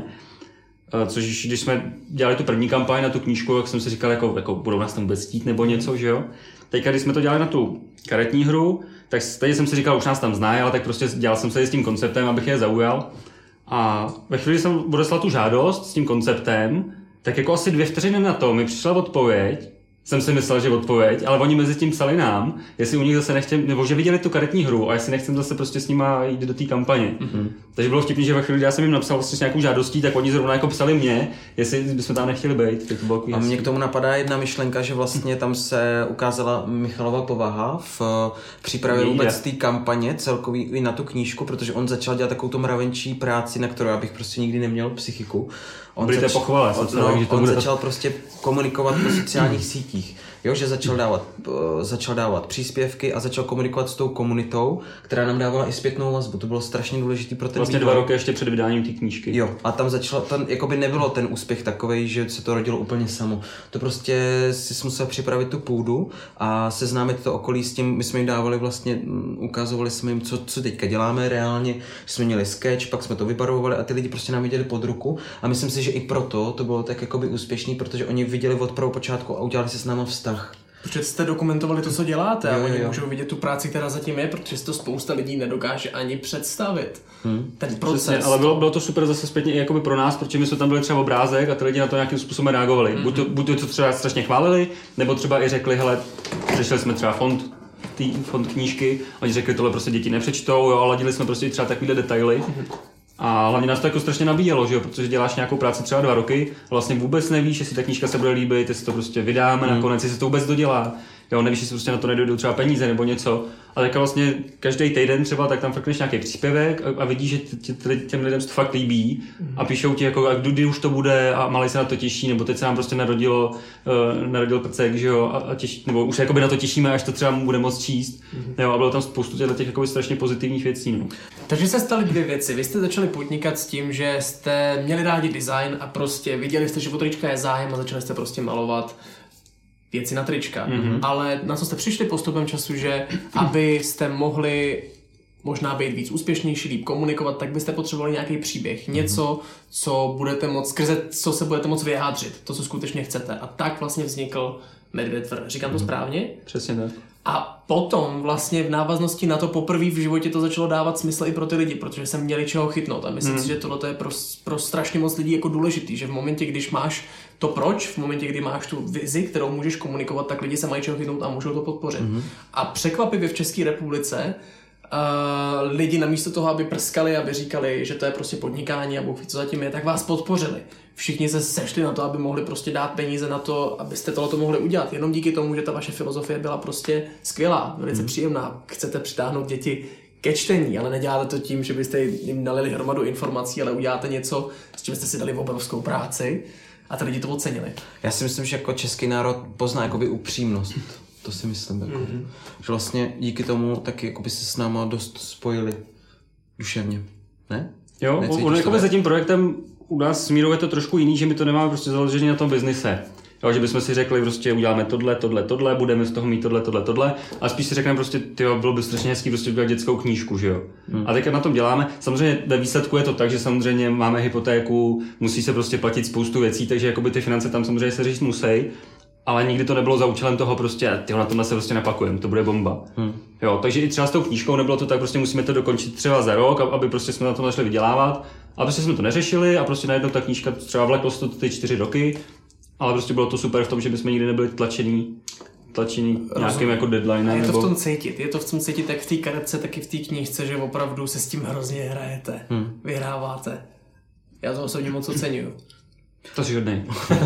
Což když jsme dělali tu první kampaň na tu knížku, jak jsem si říkal, jako, jako budou nás tam vůbec chtít nebo něco, že jo. Teďka, když jsme to dělali na tu karetní hru, tak teď jsem si říkal, už nás tam znají, ale tak prostě dělal jsem se s tím konceptem, abych je zaujal. A ve chvíli jsem odeslal tu žádost s tím konceptem, tak jako asi dvě vteřiny na to mi přišla odpověď. Jsem si myslel, že odpověď, ale oni mezi tím psali nám, jestli u nich zase nechtěm, nebo že viděli tu karetní hru a jestli nechcem zase prostě s nima jít do té kampaně. Mm-hmm. Takže bylo vtipný, že ve chvíli, kdy já jsem jim napsal vlastně s nějakou žádostí, tak oni zrovna jako psali mě, jestli bychom tam nechtěli být. Tak to bylo a mně k tomu napadá jedna myšlenka, že vlastně tam se ukázala Michalova povaha v přípravě vůbec té kampaně celkový i na tu knížku, protože on začal dělat takovou tu mravenčí práci, na kterou já bych prostě nikdy neměl psychiku. On, zač... pochvale, on, no, on začal prostě komunikovat po sociálních sítích. sítích, jo, že začal dávat, začal dávat příspěvky a začal komunikovat s tou komunitou, která nám dávala i zpětnou vazbu. To bylo strašně důležité pro ten Vlastně vývoj. dva roky ještě před vydáním té knížky. Jo, a tam začalo, tam jakoby nebylo ten úspěch takovej, že se to rodilo úplně samo. To prostě si musel připravit tu půdu a seznámit to okolí s tím, my jsme jim dávali vlastně, ukazovali jsme jim, co, co teďka děláme reálně, že jsme měli sketch, pak jsme to vybarvovali a ty lidi prostě nám viděli pod ruku a myslím si, že i proto to bylo tak jakoby úspěšný, protože oni viděli od prvou počátku a udělali si s náma vztah. Protože jste dokumentovali to, co děláte jo, a oni jo. můžou vidět tu práci, která zatím je, protože si to spousta lidí nedokáže ani představit. Hmm. Ten proces. Přesně, ale bylo, bylo to super zase zpětně i jakoby pro nás, protože my jsme tam byli třeba obrázek a ty lidi na to nějakým způsobem reagovali. Hmm. Buď, to, buď to, to třeba strašně chválili, nebo třeba i řekli, hele, řešili jsme třeba fond, tý, fond knížky, oni řekli, tohle prostě děti nepřečtou, jo, a ladili jsme prostě třeba takovýhle detaily. Hmm. A hlavně nás to jako strašně nabíjelo, že jo, protože děláš nějakou práci třeba dva roky, vlastně vůbec nevíš, jestli ta knížka se bude líbit, jestli to prostě vydáme, hmm. nakonec jestli to vůbec dodělá. Jo, nevíš, jestli prostě na to nedojdou třeba peníze nebo něco. A tak vlastně každý týden třeba tak tam frkneš nějaký příspěvek a, a vidíš, že tě, těm lidem se to fakt líbí a píšou ti jako, a kdy už to bude a malý se na to těší, nebo teď se nám prostě narodilo, uh, narodil prcek, že jo, a, a těší, nebo už jakoby na to těšíme, až to třeba bude moc číst. Mm-hmm. Jo, a bylo tam spoustu těch, těch jakoby strašně pozitivních věcí. No. Takže se staly dvě věci. Vy jste začali podnikat s tím, že jste měli rádi design a prostě viděli jste, že o trička je zájem a začali jste prostě malovat věci na trička. Mm-hmm. Ale na co jste přišli postupem času, že abyste mohli možná být víc úspěšnější, líp komunikovat, tak byste potřebovali nějaký příběh. Něco, co budete moct, skrze co se budete moct vyjádřit. To, co skutečně chcete. A tak vlastně vznikl Medvědvr. Říkám to správně? Přesně tak. A potom vlastně v návaznosti na to poprvé v životě to začalo dávat smysl i pro ty lidi, protože se měli čeho chytnout. A myslím mm. si, že tohle je pro, pro strašně moc lidí jako důležitý, že v momentě, když máš to proč, v momentě, kdy máš tu vizi, kterou můžeš komunikovat, tak lidi se mají čeho chytnout a můžou to podpořit. Mm. A překvapivě v České republice Uh, lidi namísto toho, aby prskali, aby říkali, že to je prostě podnikání a Bůh ví, co zatím je, tak vás podpořili. Všichni se sešli na to, aby mohli prostě dát peníze na to, abyste tohleto mohli udělat. Jenom díky tomu, že ta vaše filozofie byla prostě skvělá, velice mm. příjemná. Chcete přitáhnout děti ke čtení, ale neděláte to tím, že byste jim nalili hromadu informací, ale uděláte něco, s čím jste si dali obrovskou práci a ty lidi to ocenili. Já si myslím, že jako český národ pozná jakoby upřímnost. To si myslím, jako, mm-hmm. že vlastně díky tomu taky jakoby se s náma dost spojili duševně, ne? Jo, on jakoby za tím projektem u nás s Mírou je to trošku jiný, že my to nemáme prostě založený na tom biznise. Jo, že bychom si řekli, prostě uděláme tohle, tohle, tohle, budeme z toho mít tohle, tohle, tohle, a spíš si řekneme prostě, tyjo, bylo by strašně hezký prostě udělat dětskou knížku, že jo. Hmm. A teďka na tom děláme. Samozřejmě ve výsledku je to tak, že samozřejmě máme hypotéku, musí se prostě platit spoustu věcí, takže jakoby ty finance tam samozřejmě se říct musí. Ale nikdy to nebylo za účelem toho prostě, tyjo, na tomhle se prostě napakujeme, to bude bomba. Hmm. Jo, takže i třeba s tou knížkou nebylo to tak, prostě musíme to dokončit třeba za rok, aby prostě jsme na tom začali vydělávat. A prostě jsme to neřešili a prostě najednou ta knížka třeba vleklo to ty čtyři roky, ale prostě bylo to super v tom, že bychom nikdy nebyli tlačený, tlačený nějakým jako deadlinem. Je to nebo... v tom cítit, je to v tom cítit jak v té karetce, tak i v té knížce, že opravdu se s tím hrozně hrajete, hmm. vyhráváte. Já to osobně moc oceňuju. To si hodnej.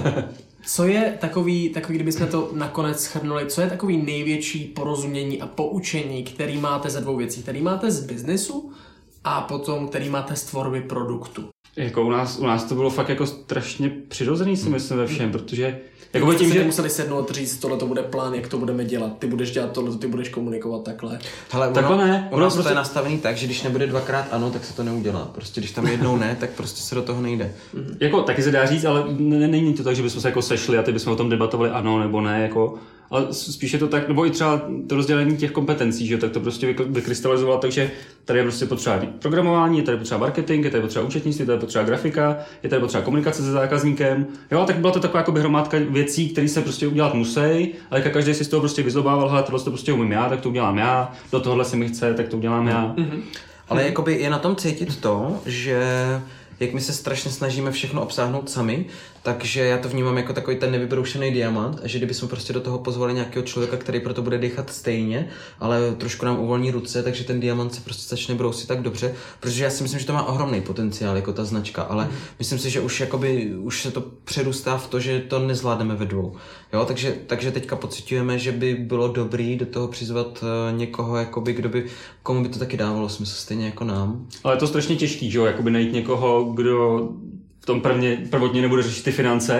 Co je takový, takový, kdybychom to nakonec shrnuli, co je takový největší porozumění a poučení, který máte ze dvou věcí? Který máte z biznesu a potom který máte z tvorby produktu? Jako u nás, u nás to bylo fakt jako strašně přirozený, si myslím, ve všem, protože jako tím, že museli sednout říct, tohle to bude plán, jak to budeme dělat, ty budeš dělat tohle, ty budeš komunikovat takhle. Hele, takhle ono, ne. U nás prostě... to je nastavený tak, že když nebude dvakrát ano, tak se to neudělá. Prostě když tam jednou ne, tak prostě se do toho nejde. Mm-hmm. Jako taky se dá říct, ale není to tak, že bychom se jako sešli a ty bychom o tom debatovali ano nebo ne, jako. Ale spíš je to tak, nebo i třeba to rozdělení těch kompetencí, že tak to prostě vykrystalizovalo, takže tady je prostě potřeba programování, je tady potřeba marketing, je tady potřeba účetnictví, je tady potřeba grafika, je tady potřeba komunikace se zákazníkem. Jo, tak byla to taková jako hromádka věcí, které se prostě udělat musí, ale každý si z toho prostě vyzobával, hele, tohle to prostě umím já, tak to udělám já, do tohohle si mi chce, tak to udělám já. Mm-hmm. Ale jakoby je na tom cítit to, že jak my se strašně snažíme všechno obsáhnout sami, takže já to vnímám jako takový ten nevybroušený diamant a že kdybychom prostě do toho pozvali nějakého člověka, který pro to bude dechat stejně, ale trošku nám uvolní ruce, takže ten diamant se prostě začne brousit tak dobře, protože já si myslím, že to má ohromný potenciál jako ta značka, ale mm. myslím si, že už jakoby, už se to přerůstá v to, že to nezvládneme ve dvou. Jo, takže, takže teďka pociťujeme, že by bylo dobrý do toho přizvat někoho, jakoby, kdo by, komu by to taky dávalo smysl, stejně jako nám. Ale je to strašně těžký, že jo, jakoby najít někoho, kdo v tom prvně, prvotně nebude řešit ty finance,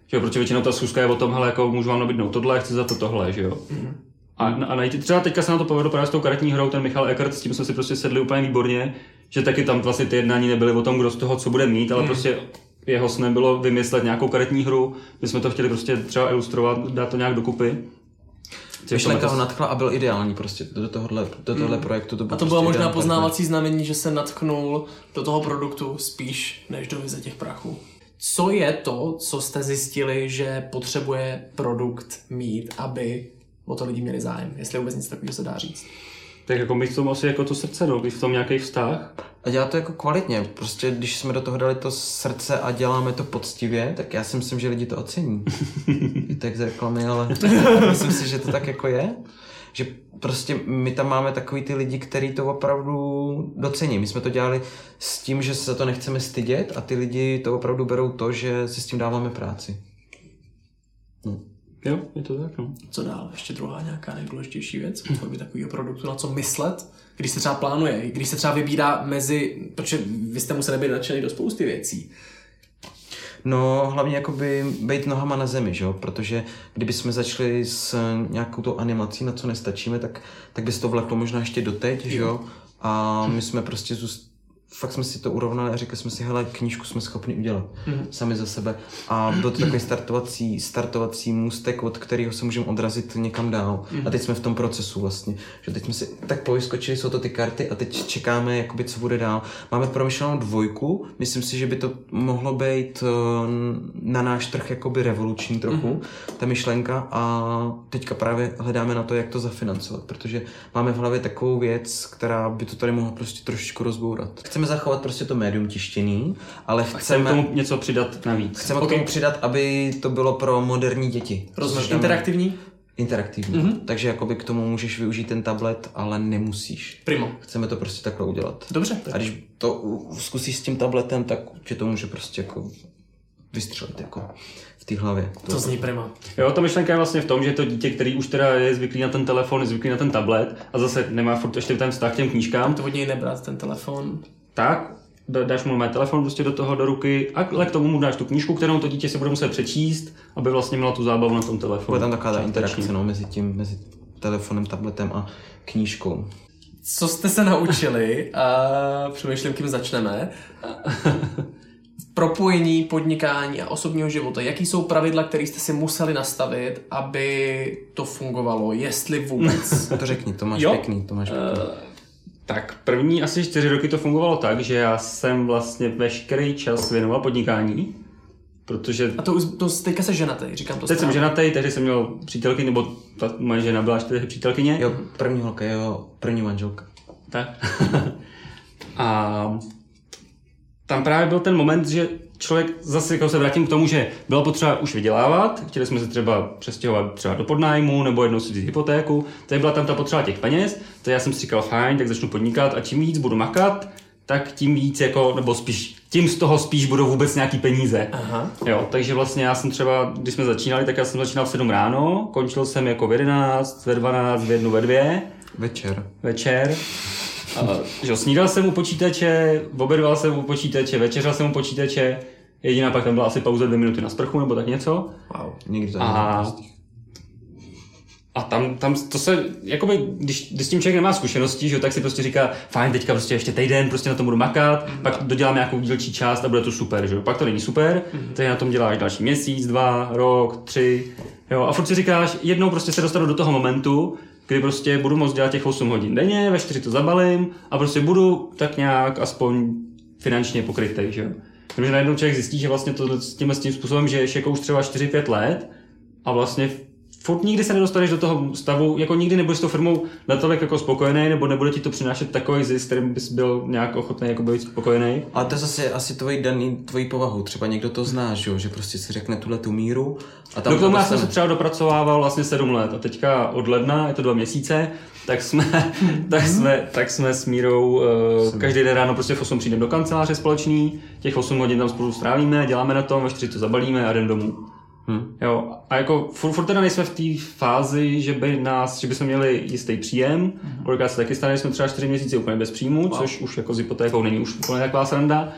Že jo, protože většinou ta schůzka je o tom, hele, jako můžu vám nabídnout tohle, chci za to tohle, že jo. Mm-hmm. A, a najít, třeba teďka se na to povedlo právě s tou karetní hrou, ten Michal Eckert, s tím jsme si prostě sedli úplně výborně, že taky tam vlastně ty jednání nebyly o tom, kdo z toho co bude mít, ale mm. prostě jeho snem bylo vymyslet nějakou karetní hru, my jsme to chtěli prostě třeba ilustrovat, dát to nějak dokupy. Myšlenka ho nadchla a byl ideální prostě do tohohle, do tohohle mm. projektu. To a to prostě bylo možná poznávací znamení, že se nadchnul do toho produktu spíš než do vize těch prachů. Co je to, co jste zjistili, že potřebuje produkt mít, aby o to lidi měli zájem, jestli vůbec nic takového se dá říct? Tak jako mít v tom asi jako to srdce, no, mít v tom nějaký vztah. A dělat to jako kvalitně, prostě když jsme do toho dali to srdce a děláme to poctivě, tak já si myslím, že lidi to ocení. I tak z reklamy, ale myslím si, že to tak jako je. Že prostě my tam máme takový ty lidi, kteří to opravdu docení. My jsme to dělali s tím, že se to nechceme stydět a ty lidi to opravdu berou to, že si s tím dáváme práci. No. Jo, je to tak, no. Co dál? Ještě druhá nějaká nejdůležitější věc u tvorby takového produktu, na co myslet, když se třeba plánuje, když se třeba vybírá mezi, protože vy jste museli být nadšený do spousty věcí. No, hlavně jakoby být nohama na zemi, že jo? Protože kdyby jsme začali s nějakou tou animací, na co nestačíme, tak, tak by se to vleklo možná ještě doteď, že jo? A my jsme prostě zůst... fakt jsme si to urovnali a řekli jsme si, hele, knížku jsme schopni udělat mm-hmm. sami za sebe. A byl to takový startovací, startovací můstek, od kterého se můžeme odrazit někam dál. Mm-hmm. A teď jsme v tom procesu vlastně. Že teď jsme si tak povyskočili, jsou to ty karty a teď čekáme, jakoby, co bude dál. Máme promyšlenou dvojku, myslím si, že by to mohlo být na náš trh jakoby revoluční trochu, mm-hmm. ta myšlenka a teďka právě hledáme na to, jak to zafinancovat, protože máme v hlavě takovou věc, která by to tady mohla prostě trošičku rozbourat. Chceme zachovat prostě to médium tištěný, ale chceme... chceme tomu něco přidat navíc. Chceme okay. k tomu přidat, aby to bylo pro moderní děti. Rozumím. Interaktivní? Interaktivní. Mm-hmm. Takže jakoby k tomu můžeš využít ten tablet, ale nemusíš. Primo. Chceme to prostě takhle udělat. Dobře. A když to zkusíš s tím tabletem, tak tě to může prostě jako vystřelit jako v té hlavě. To, to zní prima. Jo, ta myšlenka je vlastně v tom, že to dítě, který už teda je zvyklý na ten telefon, je zvyklý na ten tablet a zase nemá furt ještě ten vztah k těm knížkám. To od něj nebrat ten telefon. Tak, dáš mu mé telefon prostě do toho do ruky a k tomu mu dáš tu knížku, kterou to dítě si bude muset přečíst, aby vlastně mělo tu zábavu na tom telefonu. Bude tam taková ta interakce, no, mezi tím, mezi telefonem, tabletem a knížkou. Co jste se naučili? A přemýšlím, kým začneme. Propojení podnikání a osobního života. Jaký jsou pravidla, které jste si museli nastavit, aby to fungovalo? Jestli vůbec? To řekni, to máš jo? pěkný, to máš pěkný. Uh, tak první asi čtyři roky to fungovalo tak, že já jsem vlastně veškerý čas věnoval podnikání, protože... A to, to teďka se ženatý, říkám to Teď jsem ženatý, tehdy jsem měl přítelkyni, nebo ta moje žena byla čtyři přítelkyně. Jo, první holka, jo, první manželka. Tak. A tam právě byl ten moment, že člověk, zase jako se vrátím k tomu, že bylo potřeba už vydělávat, chtěli jsme se třeba přestěhovat třeba do podnájmu nebo jednou si vzít hypotéku, tak byla tam ta potřeba těch peněz, tak já jsem si říkal fajn, tak začnu podnikat a čím víc budu makat, tak tím víc jako, nebo spíš, tím z toho spíš budou vůbec nějaký peníze. Aha. Jo, takže vlastně já jsem třeba, když jsme začínali, tak já jsem začínal v sedm ráno, končil jsem jako v jedenáct, ve dvanáct, v jednu, ve dvě. Večer. Večer. A, že snídal jsem u počítače, obědval jsem u počítače, večeřal jsem u počítače, jediná pak tam byla asi pauza dvě minuty na sprchu nebo tak něco. Wow, nikdy to a, a tam, tam to se, jakoby, když, když s tím člověk nemá zkušenosti, že, tak si prostě říká, fajn, teďka prostě ještě týden, prostě na tom budu makat, mm. pak dodělám nějakou dílčí část a bude to super, že? Pak to není super, mm. tak na tom děláš další měsíc, dva, rok, tři, jo, a furt si říkáš, jednou prostě se dostanu do toho momentu, kdy prostě budu moct dělat těch osm hodin denně, ve čtyři to zabalím a prostě budu tak nějak aspoň finančně pokrytej, že jo. Protože najednou člověk zjistí, že vlastně to s tím, s tím způsobem, že ještě jako už třeba čtyři pět let a vlastně furt nikdy se nedostaneš do toho stavu, jako nikdy nebudeš s tou firmou natolik jako spokojený, nebo nebude ti to přinášet takový zisk, kterým bys byl nějak ochotný jako být spokojený. Ale to je zase asi tvojí daný, tvojí povahu. Třeba někdo to zná, že, jo? Že prostě si řekne tuhle tu míru. A tam do tomu já jsem se třeba dopracovával vlastně sedm let a teďka od ledna, je to dva měsíce, tak jsme, tak jsme, tak jsme s Mírou uh, každý den ráno prostě v osm přijdeme do kanceláře společný, těch osm hodin tam spolu strávíme, děláme na tom, ve čtyři to zabalíme a jdem domů. Hmm. Jo, a jako furt, furt teda nejsme v té fázi, že by nás, že bychom měli jistý příjem. Kolikrát se taky stane, že jsme třeba čtyři měsíce úplně bez příjmu, wow. Což už jako s hypotékou není už úplně taková sranda.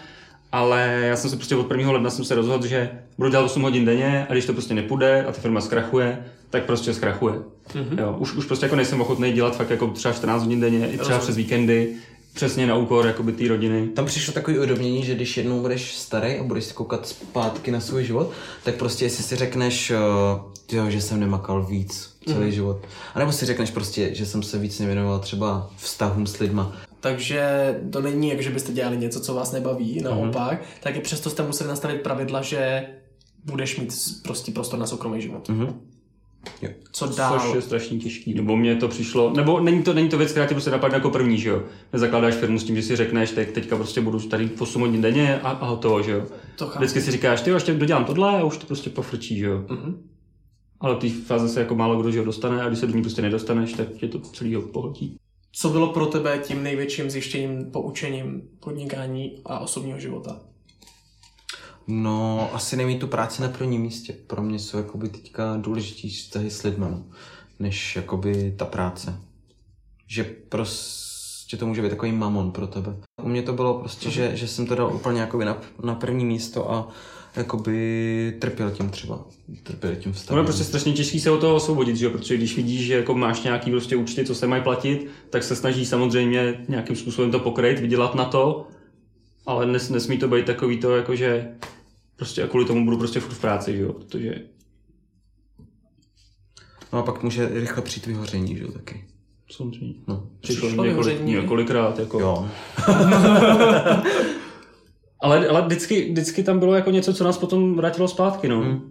ale já jsem se prostě od prvního ledna jsem se rozhodl, že budu dělat osm hodin denně a když to prostě nepůjde a ta firma zkrachuje, tak prostě zkrachuje. Mm-hmm. Jo, už, už prostě jako nejsem ochotný dělat fakt jako třeba čtrnáct hodin denně, i třeba přes víkendy, přesně na úkor jakoby té rodiny. Tam přišlo takový uvědomění, že když jednou budeš starý a budeš si koukat zpátky na svůj život, tak prostě jestli si řekneš, jo, že jsem nemakal víc celý mm. život. A nebo si řekneš prostě, že jsem se víc nevěnoval třeba vztahům s lidma. Takže to není jak, že byste dělali něco, co vás nebaví, naopak, mm. tak i přesto jste museli nastavit pravidla, že budeš mít prostě prostor na soukromý život. Mm. Jo. Co dál? Což je strašně těžký, nebo mně to přišlo, nebo není to, není to věc, která tě prostě napadne jako první, že jo. Nezakládáš firmu s tím, že si řekneš, teď, teďka prostě budu tady osm hodin denně a, a hotovo, že jo. To vždycky si říkáš, ty jo, ještě dodělám tohle a už to prostě pofrčí, že jo. Mm-hmm. Ale v té fáze se jako málo kdo, že jo, dostane a když se do ní prostě nedostaneš, tak tě to celýho pohltí. Co bylo pro tebe tím největším zjištěním, poučením podnikání a osobního života? No, asi nemít tu práci na prvním místě. Pro mě jsou jakoby teďka důležitější vztahy s lidmi, no, než jakoby ta práce. Že prostě to může být takový mamon pro tebe. U mě to bylo prostě, že, že jsem to dal úplně jakoby na, na první místo a jakoby trpěl tím třeba. Trpěl tím vztahem. No, prostě strašně těžký se od toho osvobodit, že jo? Protože když vidíš, že jako máš nějaký prostě účty, co se mají platit, tak se snaží samozřejmě nějakým způsobem to pokryt, vydělat na to, ale nes, nesmí to být takový to, jako že prostě a kvůli tomu budu prostě furt v práci, že jo? Protože... No a pak může rychle přijít vyhoření, že jo, taky. Samozřejmě. No. Přišlo několik, několikrát, jako... Jo. ale, ale vždycky, vždycky tam bylo jako něco, co nás potom vrátilo zpátky, no. Hmm.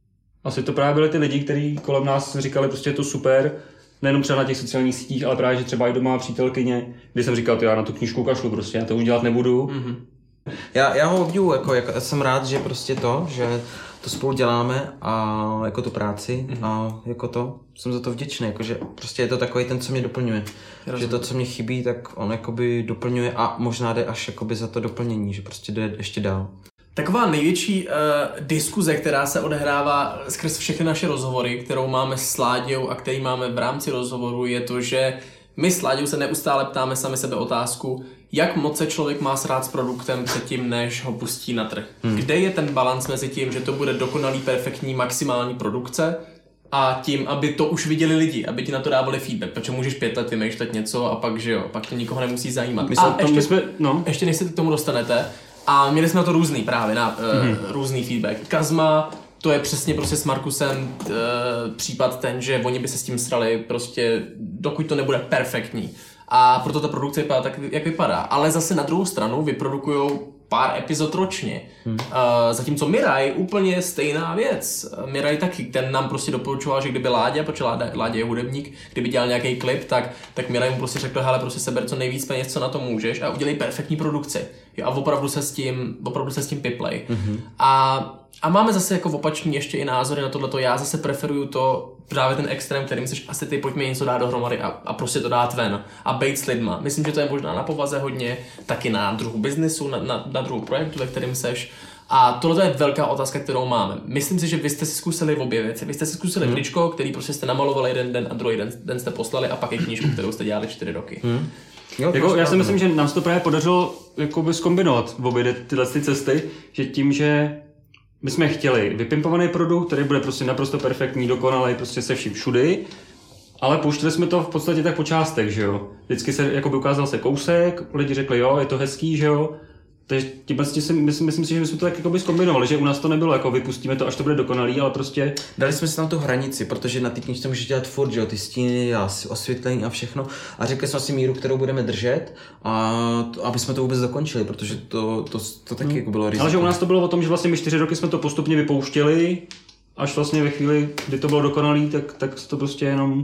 Asi to právě byli ty lidi, kteří kolem nás říkali, prostě je to super, nejenom třeba na těch sociálních sítích, ale právě, že třeba i doma přítelkyně, kdy jsem říkal, já na tu knížku kašlu, prostě já to už dělat nebudu. Mm-hmm. Já, já ho obdivuju, jako, jako, jsem rád, že prostě to, že to spolu děláme a jako tu práci mm-hmm. a jako to, jsem za to vděčný, jako, že prostě je to takový ten, co mě doplňuje. Že to, co mě chybí, tak on jakoby doplňuje a možná jde až jakoby za to doplnění, že prostě jde ještě dál. Taková největší uh, diskuze, která se odehrává skrz všechny naše rozhovory, kterou máme s Láďou a který máme v rámci rozhovoru, je to, že my s Láďou se neustále ptáme sami sebe otázku, jak moc se člověk má srát s produktem předtím, než ho pustí na trh. Hmm. Kde je ten balans mezi tím, že to bude dokonalý, perfektní, maximální produkce a tím, aby to už viděli lidi, aby ti na to dávali feedback, protože můžeš pět let vymýšlet něco a pak, že jo, pak to nikoho nemusí zajímat. My a ještě, jsme, no. ještě než se k tomu dostanete, a měli jsme na to různý právě, na, mm-hmm. uh, různý feedback. Kazma, to je přesně prostě s Markusem uh, případ ten, že oni by se s tím srali prostě, dokud to nebude perfektní. A proto ta produkce vypadá tak, jak vypadá. Ale zase na druhou stranu vyprodukujou pár epizod ročně. Hmm. Uh, zatímco Miraj, úplně stejná věc. Miraj taky, ten nám prostě doporučoval, že kdyby Láďa, protože Láďa, Láďa je hudebník, kdyby dělal nějaký klip, tak, tak Miraj mu prostě řekl, hele, prostě seber co nejvíc peněz, co na to můžeš a udělej perfektní produkci. Jo, a opravdu se s tím, opravdu se s tím piplej. Hmm. A, a máme zase jako opační ještě i názory na tohleto. Já zase preferuju to, právě ten extrém, kterým seš asi ty pojďme něco dát dohromady a, a prostě to dát ven a bejt s lidma. Myslím, že to je možná na povaze hodně, taky na druhu biznisu, na, na, na druhu projektu, ve kterým seš. A tohle je velká otázka, kterou máme. Myslím si, že vy jste si zkusili obě věci. Vy jste si zkusili hmm. tričko, který prostě jste namalovali jeden den a druhý den, den jste poslali a pak i knížku, kterou jste dělali čtyři roky. Hmm. Jo, jako, já si myslím, že nám se to právě podařilo jakoby zkombinovat v obě tyhle ty cesty, že tím, že my jsme chtěli vypimpovaný produkt, který bude prostě naprosto perfektní, dokonalý, prostě se vším všudy, ale pouštěli jsme to v podstatě tak po částech, že jo. Vždycky se jakoby ukázal se kousek, lidi řekli jo, je to hezký, že jo. Takže tím vlastně si, myslím, myslím si, že my jsme to tak jakoby zkombinovali, že u nás to nebylo jako vypustíme to, až to bude dokonalý, ale prostě... Dali jsme si tam tu hranici, protože na ty knížce můžeš dělat furt, že jo, ty stíny a osvětlení a všechno. A řekli jsme si míru, kterou budeme držet, a to, aby jsme to vůbec dokončili, protože to, to, to taky hmm. jako bylo riziko. Ale že u nás to bylo o tom, že vlastně my čtyři roky jsme to postupně vypouštěli, až vlastně ve chvíli, kdy to bylo dokonalý, tak, tak to prostě jenom...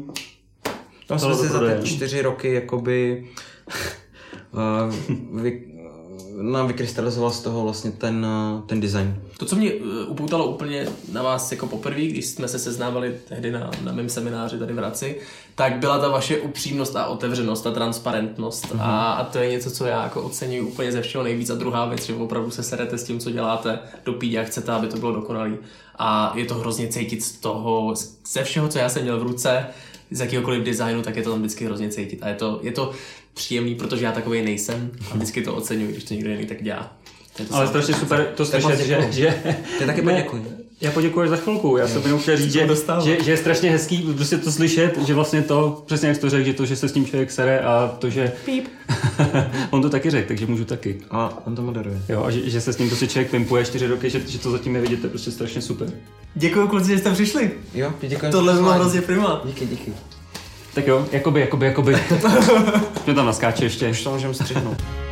Tam jsme si za ty čtyři roky jakoby... uh, vy, nám vykrystalizoval z toho vlastně ten, ten design. To, co mě upoutalo úplně na vás jako poprvé, když jsme se seznávali tehdy na, na mém semináři tady v Hradci, tak byla ta vaše upřímnost a otevřenost a transparentnost. Mm-hmm. A, a to je něco, co já jako oceňuji úplně ze všeho nejvíc. A druhá věc, že opravdu se serete s tím, co děláte, do pídě, jak chcete, aby to bylo dokonalý. A je to hrozně cítit z toho, ze všeho, co já jsem měl v ruce, z jakýhokoliv designu, tak je to tam vždycky hrozně cítit. A je to, je to příjemný, protože já takovej nejsem a vždycky to oceňuji, když to někdo jiný tak dělá. Ale strašně super to slyšet, že, že... Ty taky poděkuji. Já poděkuji až za chvilku, já jsem jenom chtěl říct, že, že, že je strašně hezký prostě to slyšet, že vlastně to, přesně jak jsi to řekl, že to, že se s tím člověk sere a to, že... Píp. On to taky řekl, takže můžu taky. A on to moderuje. Jo, a že, že se s tím prostě člověk pimpuje čtyři roky, že, že to zatím nevidíte, je prostě strašně super. Děkuji kluci, že jste přišli. Jo, děkuji. Tohle bylo hrozně prima. Díky, díky. Tak jo, jakoby, jakoby, jakoby. Mě tam naskáče ještě. Už to můžeme střihnout.